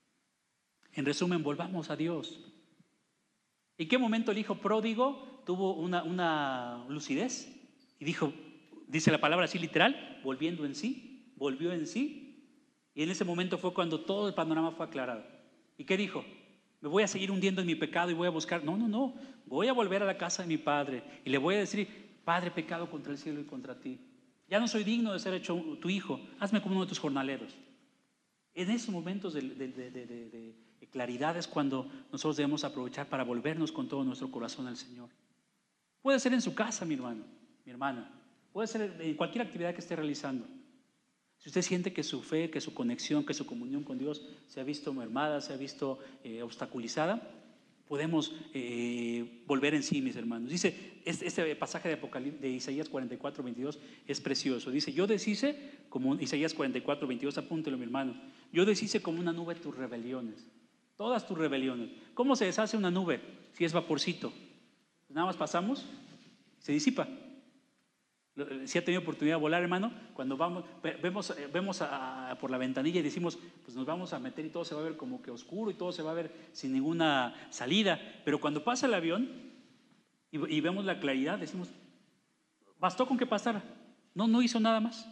A: En resumen, volvamos a Dios. ¿En qué momento el hijo pródigo tuvo una lucidez? Y dice la palabra así literal, volvió en sí. Y en ese momento fue cuando todo el panorama fue aclarado. ¿Y qué dijo? ¿Me voy a seguir hundiendo en mi pecado y voy a buscar? No, voy a volver a la casa de mi padre y le voy a decir, Padre, pecado contra el cielo y contra ti. Ya no soy digno de ser hecho tu hijo, hazme como uno de tus jornaleros. En esos momentos de claridad es cuando nosotros debemos aprovechar para volvernos con todo nuestro corazón al Señor. Puede ser en su casa, mi hermano, mi hermana. Puede ser en cualquier actividad que esté realizando. Si usted siente que su fe, que su conexión, que su comunión con Dios se ha visto mermada, se ha visto obstaculizada, podemos volver en sí, mis hermanos. Dice, este pasaje de Isaías 44:22 es precioso. Dice, yo deshice, como Isaías 44:22, apúntelo, mi hermano. Yo deshice como una nube tus rebeliones, todas tus rebeliones. ¿Cómo se deshace una nube? Si es vaporcito. Nada más pasamos, se disipa. Si ha tenido oportunidad de volar, hermano, cuando vemos por la ventanilla y decimos, pues nos vamos a meter y todo se va a ver como que oscuro y todo se va a ver sin ninguna salida. Pero cuando pasa el avión y vemos la claridad, decimos, bastó con que pasara, no hizo nada más.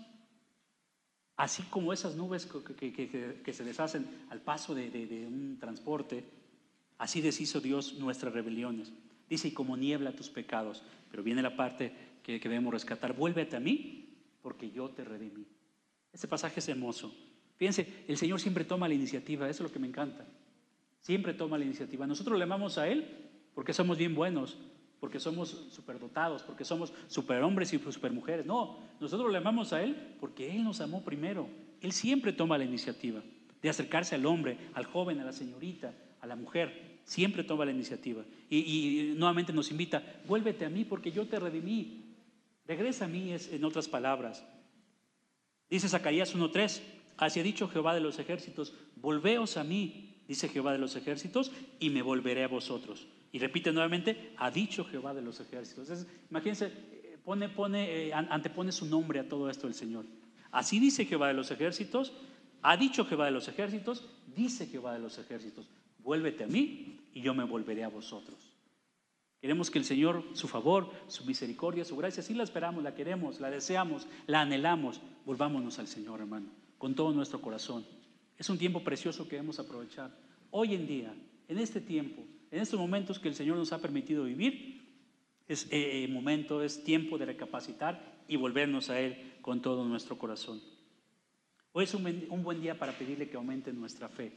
A: Así como esas nubes que se deshacen al paso de un transporte, así deshizo Dios nuestras rebeliones. Dice, y como niebla tus pecados. Pero viene la parte que debemos rescatar. Vuélvete a mí, porque yo te redimí. Ese pasaje es hermoso. Fíjense, el Señor siempre toma la iniciativa. Eso es lo que me encanta. Siempre toma la iniciativa. Nosotros le amamos a Él porque somos bien buenos, porque somos superdotados, porque somos superhombres y supermujeres. No, nosotros le amamos a Él porque Él nos amó primero. Él siempre toma la iniciativa de acercarse al hombre, al joven, a la señorita, a la mujer. Siempre toma la iniciativa y nuevamente nos invita, vuélvete a mí porque yo te redimí. Regresa a mí, en otras palabras. Dice Zacarías 1:3, así ha dicho Jehová de los ejércitos, volveos a mí, dice Jehová de los ejércitos, y me volveré a vosotros. Y repite nuevamente, ha dicho Jehová de los ejércitos. Entonces, imagínense, antepone su nombre a todo esto el Señor. Así dice Jehová de los ejércitos, ha dicho Jehová de los ejércitos, dice Jehová de los ejércitos, vuélvete a mí y yo me volveré a vosotros. Queremos que el Señor, su favor, su misericordia, su gracia, sí la esperamos, la queremos, la deseamos, la anhelamos. Volvámonos al Señor, hermano, con todo nuestro corazón. Es un tiempo precioso que debemos aprovechar. Hoy en día, en este tiempo, en estos momentos que el Señor nos ha permitido vivir, es momento, es tiempo de recapacitar y volvernos a Él con todo nuestro corazón. Hoy es un buen día para pedirle que aumente nuestra fe.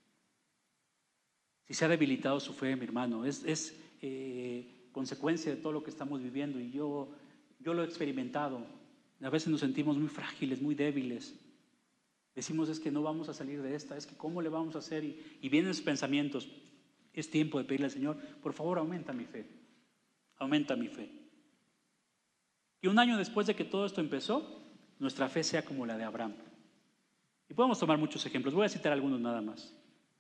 A: Si se ha debilitado su fe, mi hermano, es consecuencia de todo lo que estamos viviendo, y yo lo he experimentado. A veces nos sentimos muy frágiles, muy débiles. Decimos, es que no vamos a salir de esta, es que cómo le vamos a hacer, y vienen esos pensamientos. Es tiempo de pedirle al Señor, por favor, aumenta mi fe, aumenta mi fe. Y un año después de que todo esto empezó, nuestra fe sea como la de Abraham. Y podemos tomar muchos ejemplos, voy a citar algunos nada más.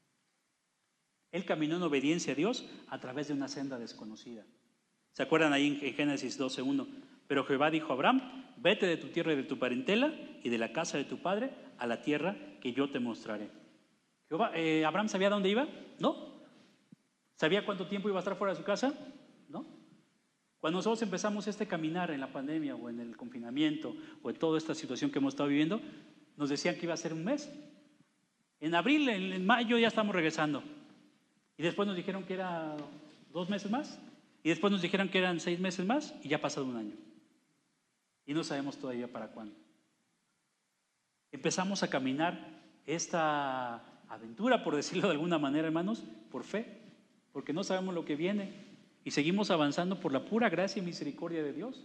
A: Él caminó en obediencia a Dios a través de una senda desconocida. ¿Se acuerdan ahí en Génesis 12:1? Pero Jehová dijo a Abraham, vete de tu tierra y de tu parentela y de la casa de tu padre a la tierra que yo te mostraré. ¿Abraham sabía dónde iba? No. ¿Sabía cuánto tiempo iba a estar fuera de su casa? No. Cuando nosotros empezamos este caminar en la pandemia o en el confinamiento o en toda esta situación que hemos estado viviendo, nos decían que iba a ser un mes. En abril, en mayo ya estamos regresando. Y después nos dijeron que era 2 meses más. Y después nos dijeron que eran 6 meses más. Y ya ha pasado un año. Y no sabemos todavía para cuándo. Empezamos a caminar esta aventura, por decirlo de alguna manera, hermanos, por fe. Porque no sabemos lo que viene. Y seguimos avanzando por la pura gracia y misericordia de Dios.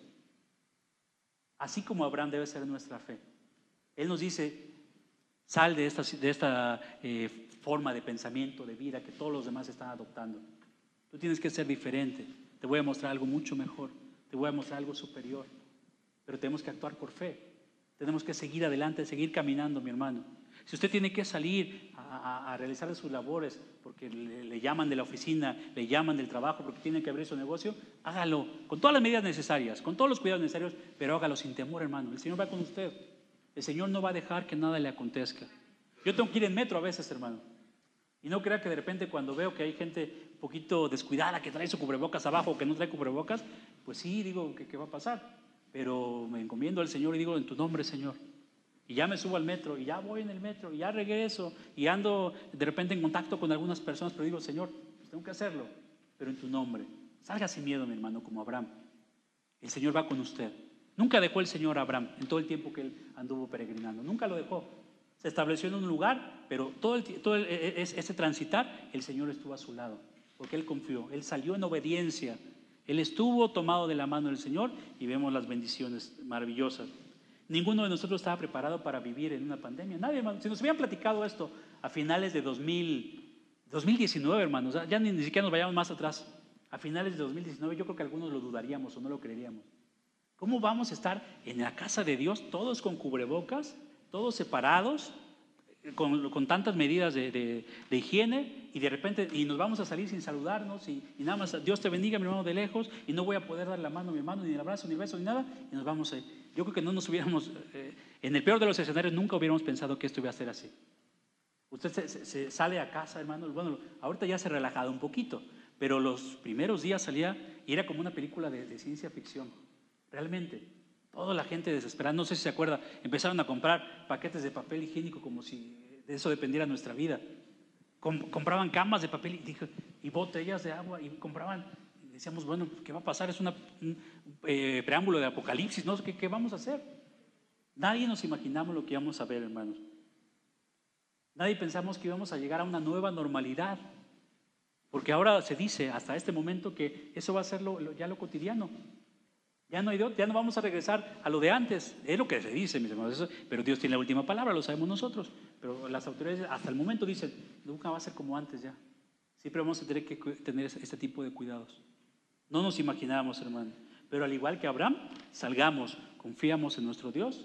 A: Así como Abraham debe ser nuestra fe. Él nos dice, sal de esta forma de pensamiento, de vida que todos los demás están adoptando. Tú tienes que ser diferente. Te voy a mostrar algo mucho mejor. Te voy a mostrar algo superior. Pero tenemos que actuar por fe. Tenemos que seguir adelante, seguir caminando, mi hermano. Si usted tiene que salir a realizar sus labores porque le llaman de la oficina, le llaman del trabajo porque tiene que abrir su negocio, hágalo con todas las medidas necesarias, con todos los cuidados necesarios, pero hágalo sin temor, hermano. El Señor va con usted. El Señor no va a dejar que nada le acontezca. Yo tengo que ir en metro a veces, hermano. Y no crea que de repente cuando veo que hay gente un poquito descuidada, que trae su cubrebocas abajo o que no trae cubrebocas, pues sí, digo, ¿qué va a pasar? Pero me encomiendo al Señor y digo, en tu nombre, Señor. Y ya me subo al metro, y ya voy en el metro, y ya regreso, y ando de repente en contacto con algunas personas, pero digo, Señor, pues tengo que hacerlo, pero en tu nombre. Salga sin miedo, mi hermano, como Abraham. El Señor va con usted. Nunca dejó el Señor a Abraham en todo el tiempo que él anduvo peregrinando. Nunca lo dejó. Se estableció en un lugar, pero todo ese transitar, el Señor estuvo a su lado, porque él confió, él salió en obediencia, él estuvo tomado de la mano del Señor y vemos las bendiciones maravillosas. Ninguno de nosotros estaba preparado para vivir en una pandemia. Nadie, hermano. Si nos hubieran platicado esto a finales de 2019, hermanos, ya ni siquiera nos vayamos más atrás. A finales de 2019 yo creo que algunos lo dudaríamos o no lo creeríamos. ¿Cómo vamos a estar en la casa de Dios todos con cubrebocas, todos separados, con tantas medidas de higiene, y de repente nos vamos a salir sin saludarnos y nada más, Dios te bendiga, mi hermano, de lejos, y no voy a poder dar la mano a mi hermano, ni el abrazo, ni el beso, ni nada, y nos vamos a ir? Yo creo que no nos hubiéramos, en el peor de los escenarios, nunca hubiéramos pensado que esto iba a ser así. Usted se sale a casa, hermano, bueno, ahorita ya se ha relajado un poquito, pero los primeros días salía y era como una película de ciencia ficción, realmente. Toda la gente desesperada, no sé si se acuerda, empezaron a comprar paquetes de papel higiénico como si de eso dependiera nuestra vida. Compraban camas de papel y botellas de agua y compraban, y decíamos, bueno, ¿qué va a pasar? Es un preámbulo de Apocalipsis, ¿no? ¿Qué vamos a hacer? Nadie nos imaginamos lo que íbamos a ver, hermanos. Nadie pensamos que íbamos a llegar a una nueva normalidad, porque ahora se dice hasta este momento que eso va a ser ya lo cotidiano. Ya no vamos a regresar a lo de antes. Es lo que se dice, mis hermanos. Pero Dios tiene la última palabra, lo sabemos nosotros. Pero las autoridades hasta el momento dicen, nunca va a ser como antes ya. Siempre vamos a tener que tener este tipo de cuidados. No nos imaginábamos, hermano. Pero al igual que Abraham, salgamos, confiemos en nuestro Dios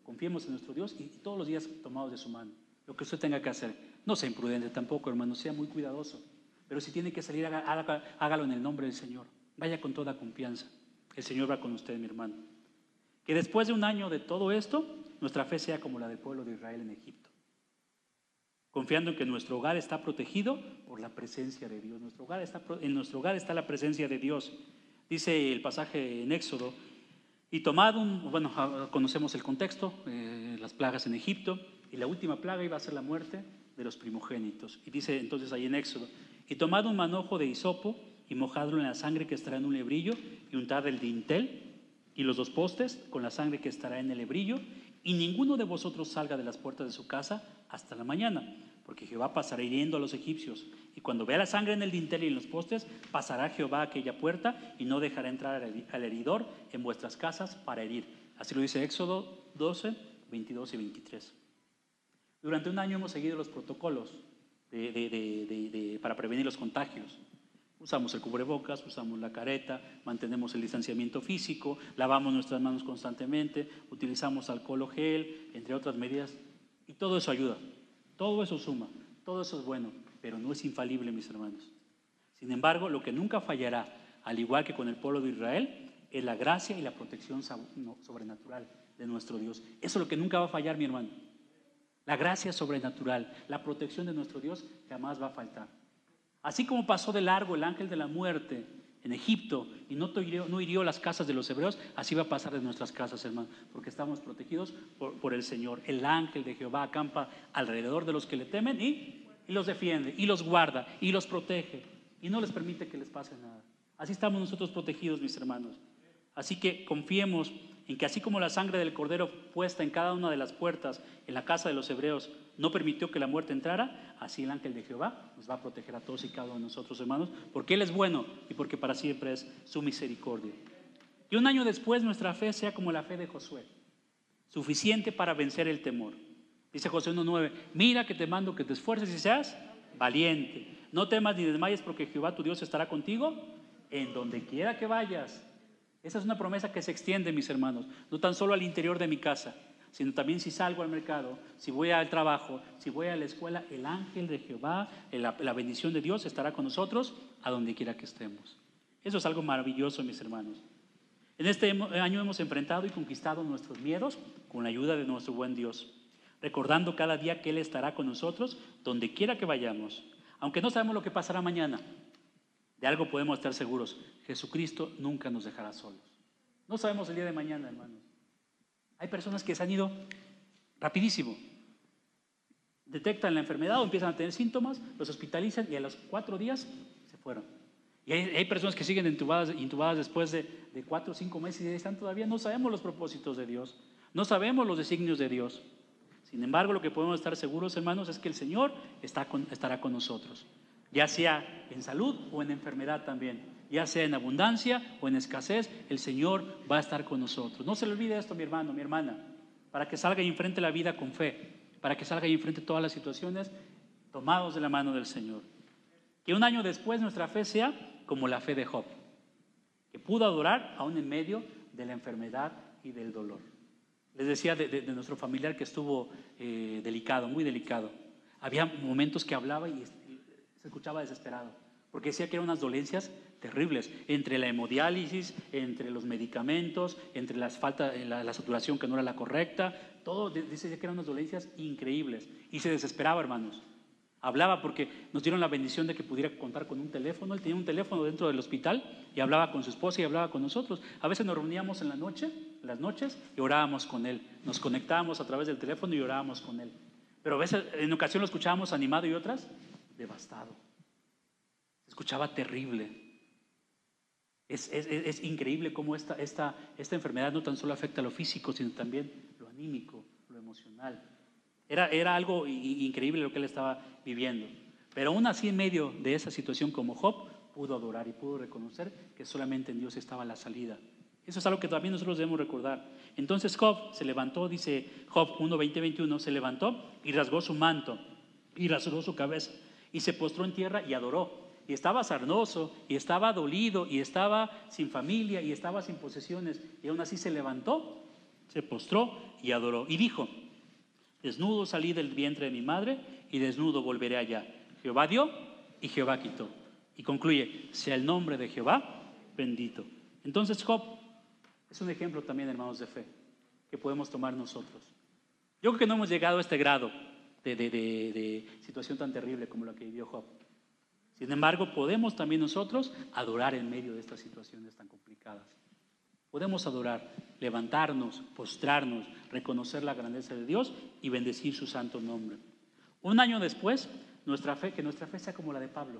A: y todos los días tomados de su mano. Lo que usted tenga que hacer. No sea imprudente tampoco, hermano, sea muy cuidadoso. Pero si tiene que salir, hágalo en el nombre del Señor. Vaya con toda confianza. El Señor va con usted, mi hermano. Que después de un año de todo esto, nuestra fe sea como la del pueblo de Israel en Egipto, confiando en que nuestro hogar está protegido por la presencia de Dios. En nuestro hogar está la presencia de Dios. Dice el pasaje en Éxodo, y conocemos el contexto, las plagas en Egipto, y la última plaga iba a ser la muerte de los primogénitos. Y dice entonces ahí en Éxodo, y tomad un manojo de hisopo y mojadlo en la sangre que estará en un lebrillo, y untad el dintel y los 2 postes con la sangre que estará en el lebrillo, y ninguno de vosotros salga de las puertas de su casa hasta la mañana, porque Jehová pasará hiriendo a los egipcios, y cuando vea la sangre en el dintel y en los postes, pasará Jehová a aquella puerta y no dejará entrar al heridor en vuestras casas para herir. Así lo dice Éxodo 12, 22 y 23. Durante un año hemos seguido los protocolos para prevenir los contagios. Usamos el cubrebocas, usamos la careta, mantenemos el distanciamiento físico, lavamos nuestras manos constantemente, utilizamos alcohol o gel, entre otras medidas, y todo eso ayuda, todo eso suma, todo eso es bueno, pero no es infalible, mis hermanos. Sin embargo, lo que nunca fallará, al igual que con el pueblo de Israel, es la gracia y la protección sobrenatural de nuestro Dios. Eso es lo que nunca va a fallar, mi hermano. La gracia sobrenatural, la protección de nuestro Dios jamás va a faltar. Así como pasó de largo el ángel de la muerte en Egipto y no hirió las casas de los hebreos, así va a pasar de nuestras casas, hermano, porque estamos protegidos por el Señor. El ángel de Jehová acampa alrededor de los que le temen y los defiende, y los guarda, y los protege, y no les permite que les pase nada. Así estamos nosotros protegidos, mis hermanos. Así que confiemos en que así como la sangre del cordero puesta en cada una de las puertas en la casa de los hebreos no permitió que la muerte entrara, así el ángel de Jehová nos va a proteger a todos y cada uno de nosotros, hermanos, porque Él es bueno y porque para siempre es su misericordia. Y un año después nuestra fe sea como la fe de Josué, suficiente para vencer el temor. Dice Josué 1:9, mira que te mando que te esfuerces y seas valiente. No temas ni desmayes porque Jehová tu Dios estará contigo en donde quiera que vayas. Esa es una promesa que se extiende, mis hermanos, no tan solo al interior de mi casa, sino también si salgo al mercado, si voy al trabajo, si voy a la escuela, el ángel de Jehová, la bendición de Dios estará con nosotros a donde quiera que estemos. Eso es algo maravilloso, mis hermanos. En este año hemos enfrentado y conquistado nuestros miedos con la ayuda de nuestro buen Dios, recordando cada día que Él estará con nosotros donde quiera que vayamos, aunque no sabemos lo que pasará mañana. De algo podemos estar seguros, Jesucristo nunca nos dejará solos. No sabemos el día de mañana, hermanos. Hay personas que se han ido rapidísimo. Detectan la enfermedad o empiezan a tener síntomas, los hospitalizan y a los 4 días se fueron. Y hay personas que siguen intubadas después de 4 o 5 meses y están todavía. No sabemos los propósitos de Dios, no sabemos los designios de Dios. Sin embargo, lo que podemos estar seguros, hermanos, es que el Señor estará con nosotros. Ya sea en salud o en enfermedad también, ya sea en abundancia o en escasez, el Señor va a estar con nosotros. No se le olvide esto, mi hermano, mi hermana, para que salga y enfrente la vida con fe, para que salga y enfrente todas las situaciones tomados de la mano del Señor. Que un año después nuestra fe sea como la fe de Job, que pudo adorar aún en medio de la enfermedad y del dolor. Les decía de nuestro familiar que estuvo delicado, muy delicado. Había momentos que hablaba y se escuchaba desesperado, porque decía que eran unas dolencias terribles, entre la hemodiálisis, entre los medicamentos, entre la saturación que no era la correcta, todo decía que eran unas dolencias increíbles, y se desesperaba, hermanos. Hablaba porque nos dieron la bendición de que pudiera contar con un teléfono. Él tenía un teléfono dentro del hospital y hablaba con su esposa y hablaba con nosotros. A veces nos reuníamos en las noches y orábamos con él, nos conectábamos a través del teléfono y orábamos con él, pero a veces en ocasión lo escuchábamos animado y otras devastado. Se escuchaba terrible. Es increíble cómo esta enfermedad no tan solo afecta a lo físico, sino también lo anímico, lo emocional. Era algo increíble lo que él estaba viviendo. Pero aún así, en medio de esa situación, como Job, pudo adorar y pudo reconocer que solamente en Dios estaba la salida. Eso es algo que también nosotros debemos recordar. Entonces Job se levantó, dice Job 1:20-21, se levantó y rasgó su manto y rasuró su cabeza y se postró en tierra y adoró. Y estaba sarnoso, y estaba dolido, y estaba sin familia, y estaba sin posesiones, y aún así se levantó, se postró y adoró. Y dijo: desnudo salí del vientre de mi madre, y desnudo volveré allá. Jehová dio y Jehová quitó. Y concluye: sea el nombre de Jehová bendito. Entonces Job es un ejemplo también, hermanos, de fe que podemos tomar nosotros. Yo creo que no hemos llegado a este grado de situación tan terrible como la que vivió Job. Sin embargo, podemos también nosotros adorar en medio de estas situaciones tan complicadas. Podemos adorar, levantarnos, postrarnos, reconocer la grandeza de Dios y bendecir su santo nombre. Un año después, que nuestra fe sea como la de Pablo,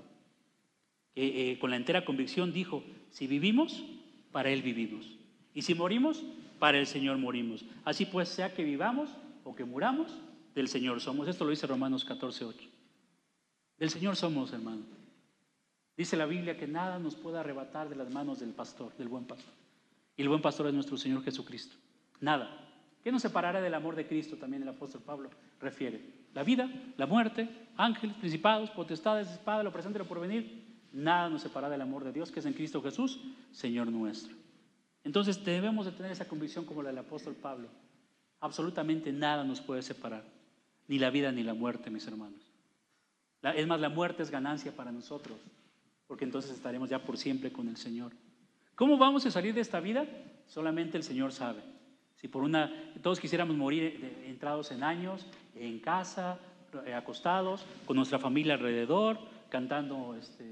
A: que con la entera convicción dijo: si vivimos, para Él vivimos, y si morimos, para el Señor morimos. Así pues, sea que vivamos o que muramos, del Señor somos. Esto lo dice Romanos 14:8. Del Señor somos, hermano. Dice la Biblia que nada nos puede arrebatar de las manos del pastor, del buen pastor. Y el buen pastor es nuestro Señor Jesucristo. Nada. ¿Qué nos separará del amor de Cristo? También el apóstol Pablo refiere. La vida, la muerte, ángeles, principados, potestades, espada, lo presente y lo porvenir. Nada nos separará del amor de Dios, que es en Cristo Jesús, Señor nuestro. Entonces debemos de tener esa convicción como la del apóstol Pablo. Absolutamente nada nos puede separar. Ni la vida ni la muerte, mis hermanos. Es más, la muerte es ganancia para nosotros, porque entonces estaremos ya por siempre con el Señor. ¿Cómo vamos a salir de esta vida? Solamente el Señor sabe. Si todos quisiéramos morir entrados en años, en casa, acostados, con nuestra familia alrededor, cantando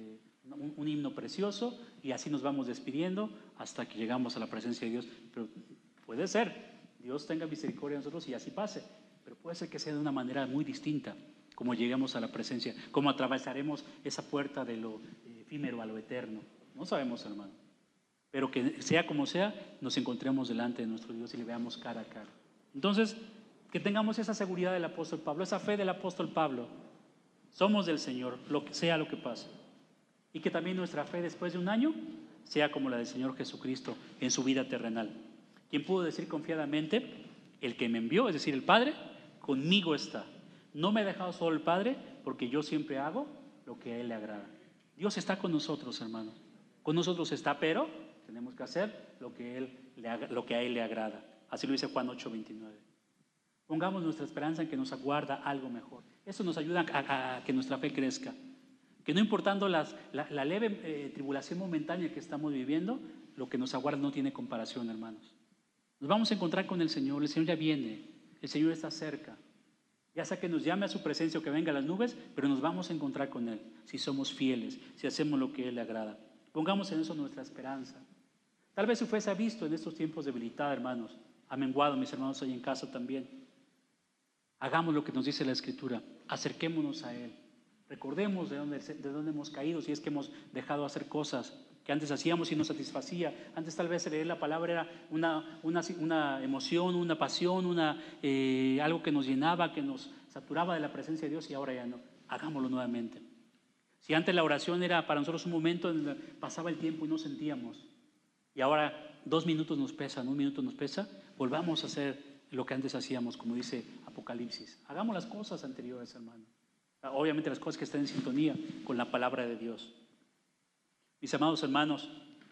A: un himno precioso, y así nos vamos despidiendo hasta que llegamos a la presencia de Dios. Pero puede ser, Dios tenga misericordia de nosotros y así pase, pero puede ser que sea de una manera muy distinta como lleguemos a la presencia, como atravesaremos esa puerta de lo efímero a lo eterno. No sabemos, hermano, pero que sea como sea, nos encontremos delante de nuestro Dios y le veamos cara a cara. Entonces, que tengamos esa seguridad del apóstol Pablo, esa fe del apóstol Pablo. Somos del Señor, sea lo que pase. Y que también nuestra fe después de un año sea como la del Señor Jesucristo en su vida terrenal. Quien pudo decir confiadamente: el que me envió, es decir, el Padre, conmigo está. No me ha dejado solo el Padre, porque yo siempre hago lo que a Él le agrada. Dios está con nosotros, hermanos. Con nosotros está, pero tenemos que hacer lo que a Él le agrada. Así lo dice Juan 8:29. Pongamos nuestra esperanza en que nos aguarda algo mejor. Eso nos ayuda a que nuestra fe crezca. Que no importando la leve tribulación momentánea que estamos viviendo, lo que nos aguarda no tiene comparación, hermanos. Nos vamos a encontrar con el Señor ya viene, el Señor está cerca. Ya sea que nos llame a su presencia o que venga a las nubes, pero nos vamos a encontrar con Él, si somos fieles, si hacemos lo que a Él le agrada. Pongamos en eso nuestra esperanza. Tal vez su fe se ha visto en estos tiempos debilitada, hermanos. Ha menguado, mis hermanos, ahí en casa también. Hagamos lo que nos dice la Escritura, acerquémonos a Él. Recordemos de dónde hemos caído, si es que hemos dejado de hacer cosas que antes hacíamos y nos satisfacía. Antes tal vez leer la palabra era una emoción, una pasión, algo que nos llenaba, que nos saturaba de la presencia de Dios, y ahora ya no. Hagámoslo nuevamente. Si antes la oración era para nosotros un momento en el que pasaba el tiempo y no sentíamos, y ahora 2 minutos nos pesan, 1 minuto nos pesa, volvamos a hacer lo que antes hacíamos, como dice Apocalipsis. Hagamos las cosas anteriores, hermano. Obviamente las cosas que estén en sintonía con la palabra de Dios. Mis amados hermanos,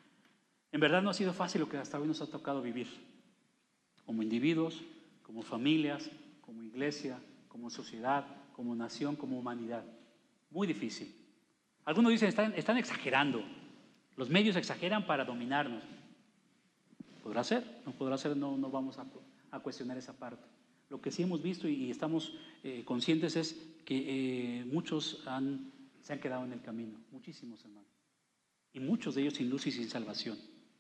A: en verdad no ha sido fácil lo que hasta hoy nos ha tocado vivir, como individuos, como familias, como iglesia, como sociedad, como nación, como humanidad. Muy difícil. Algunos dicen, están exagerando. Los medios exageran para dominarnos. ¿Podrá ser? No podrá ser, no vamos a cuestionar esa parte. Lo que sí hemos visto y estamos conscientes es que muchos se han quedado en el camino, muchísimos, hermanos. Y muchos de ellos sin luz y sin salvación.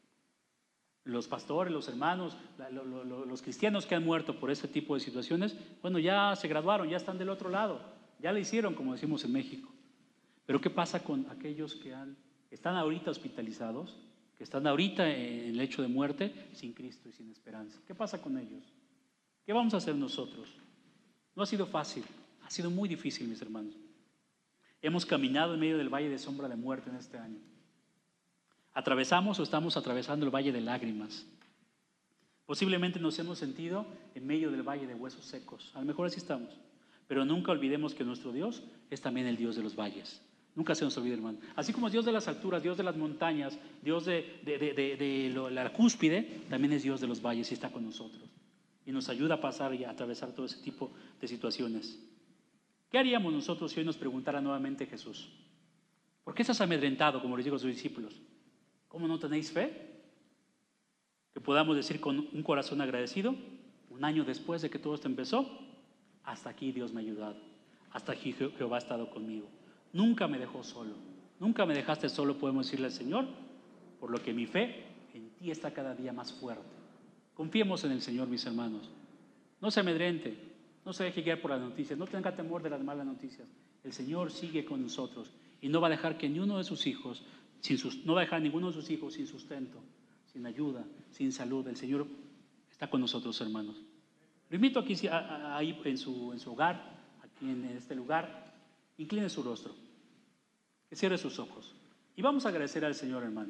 A: Los pastores, los hermanos, los cristianos que han muerto por este tipo de situaciones, bueno, ya se graduaron, ya están del otro lado, ya lo hicieron, como decimos en México. Pero ¿qué pasa con aquellos que están ahorita hospitalizados, que están ahorita en el lecho de muerte, sin Cristo y sin esperanza? ¿Qué pasa con ellos? ¿Qué vamos a hacer nosotros? No ha sido fácil, ha sido muy difícil, mis hermanos. Hemos caminado en medio del valle de sombra de muerte en este año. Atravesamos o estamos atravesando el valle de lágrimas. Posiblemente nos hemos sentido en medio del valle de huesos secos. A lo mejor así estamos. Pero nunca olvidemos que nuestro Dios es también el Dios de los valles. Nunca se nos olvide, hermano. Así como es Dios de las alturas, Dios de las montañas, Dios de la cúspide, también es Dios de los valles y está con nosotros. Y nos ayuda a pasar y a atravesar todo ese tipo de situaciones. ¿Qué haríamos nosotros si hoy nos preguntara nuevamente Jesús? ¿Por qué estás amedrentado, como les digo a sus discípulos? ¿Cómo no tenéis fe? Que podamos decir con un corazón agradecido, un año después de que todo esto empezó, hasta aquí Dios me ha ayudado, hasta aquí Jehová ha estado conmigo. Nunca me dejó solo, nunca me dejaste solo, podemos decirle al Señor, por lo que mi fe en ti está cada día más fuerte. Confiemos en el Señor, mis hermanos. No se amedrente, no se deje guiar por las noticias, no tenga temor de las malas noticias. El Señor sigue con nosotros y no va a dejar que ninguno de sus hijos, no va a dejar ninguno de sus hijos sin sustento, sin ayuda, sin salud. El Señor está con nosotros, hermanos. Lo invito aquí, ahí en su hogar, aquí en este lugar, incline su rostro, que cierre sus ojos y vamos a agradecer al Señor, hermano.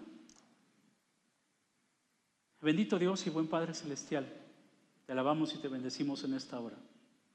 A: Bendito Dios y buen Padre Celestial, te alabamos y te bendecimos en esta hora.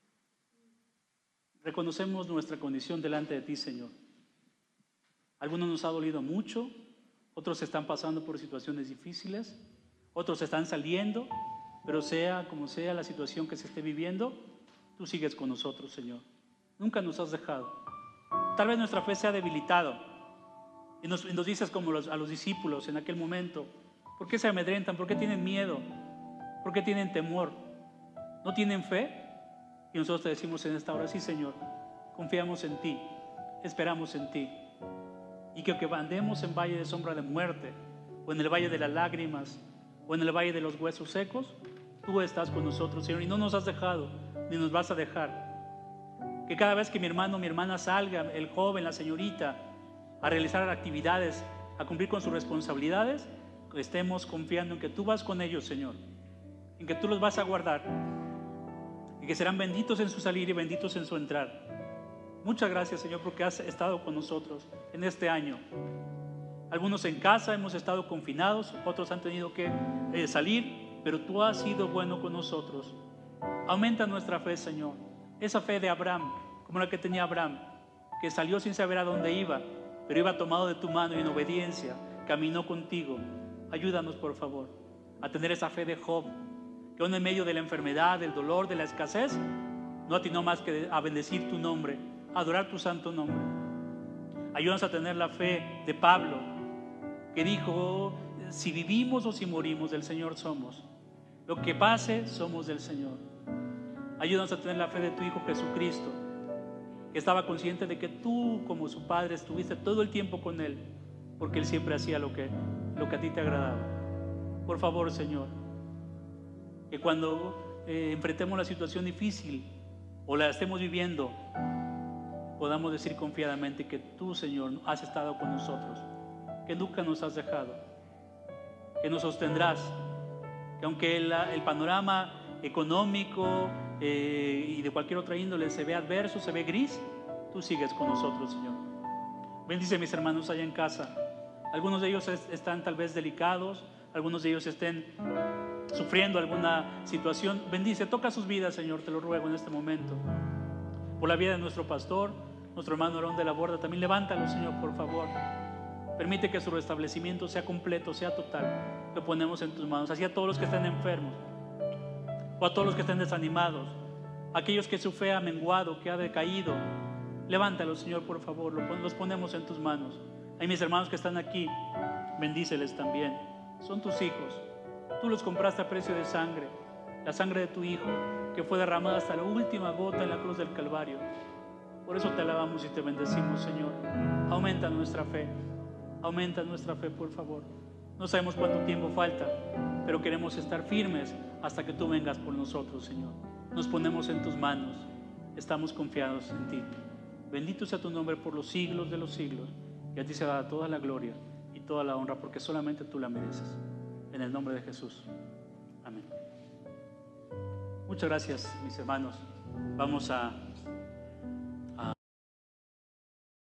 A: Reconocemos nuestra condición delante de ti, Señor. Algunos nos ha dolido mucho, otros están pasando por situaciones difíciles, otros están saliendo, pero sea como sea la situación que se esté viviendo, tú sigues con nosotros, Señor. Nunca nos has dejado. Tal vez nuestra fe se ha debilitado y nos dices como a los discípulos en aquel momento, ¿por qué se amedrentan? ¿Por qué tienen miedo? ¿Por qué tienen temor? ¿No tienen fe? Y nosotros te decimos en esta hora, sí, Señor, confiamos en ti, esperamos en ti. Y que aunque andemos en valle de sombra de muerte, o en el valle de las lágrimas, o en el valle de los huesos secos, tú estás con nosotros, Señor, y no nos has dejado, ni nos vas a dejar. Que cada vez que mi hermano, mi hermana salga, el joven, la señorita, a realizar actividades, a cumplir con sus responsabilidades, estemos confiando en que tú vas con ellos, Señor, en que tú los vas a guardar, y que serán benditos en su salir y benditos en su entrar. Muchas gracias, Señor, porque has estado con nosotros en este año. Algunos en casa hemos estado confinados, otros han tenido que salir, pero tú has sido bueno con nosotros. Aumenta nuestra fe, Señor, esa fe de Abraham, como la que tenía Abraham, que salió sin saber a dónde iba, pero iba tomado de tu mano y en obediencia caminó contigo. Ayúdanos, por favor, a tener esa fe de Job, que aún en medio de la enfermedad, del dolor, de la escasez, no atinó más que a bendecir tu nombre, a adorar tu santo nombre. Ayúdanos a tener la fe de Pablo, que dijo, si vivimos o si morimos, del Señor somos. Lo que pase, somos del Señor. Ayúdanos a tener la fe de tu Hijo Jesucristo, que estaba consciente de que tú, como su Padre, estuviste todo el tiempo con Él, porque Él siempre hacía lo que a ti te agradaba. Por favor, Señor, que cuando enfrentemos la situación difícil o la estemos viviendo, podamos decir confiadamente que tú, Señor, has estado con nosotros, que nunca nos has dejado, que nos sostendrás, que aunque el panorama económico y de cualquier otra índole se ve adverso, se ve gris, tú sigues con nosotros, Señor. Bendice a mis hermanos allá en casa. Algunos de ellos están tal vez delicados, algunos de ellos estén sufriendo alguna situación. Bendice, toca sus vidas, Señor, te lo ruego en este momento. Por la vida de nuestro pastor, nuestro hermano Aarón de la Borda, también levántalo, Señor, por favor. Permite que su restablecimiento sea completo, sea total. Lo ponemos en tus manos. Así a todos los que estén enfermos, o a todos los que estén desanimados, aquellos que su fe ha menguado, que ha decaído, levántalos, Señor, por favor. Los ponemos en tus manos. Hay mis hermanos que están aquí, bendíceles también. Son tus hijos. Tú los compraste a precio de sangre, la sangre de tu Hijo, que fue derramada hasta la última gota en la cruz del Calvario. Por eso te alabamos y te bendecimos, Señor. Aumenta nuestra fe, por favor. No sabemos cuánto tiempo falta, pero queremos estar firmes hasta que tú vengas por nosotros, Señor. Nos ponemos en tus manos, estamos confiados en ti. Bendito sea tu nombre por los siglos de los siglos, y a ti se da toda la gloria y toda la honra, porque solamente tú la mereces. En el nombre de Jesús. Amén. Muchas gracias, mis hermanos. Vamos a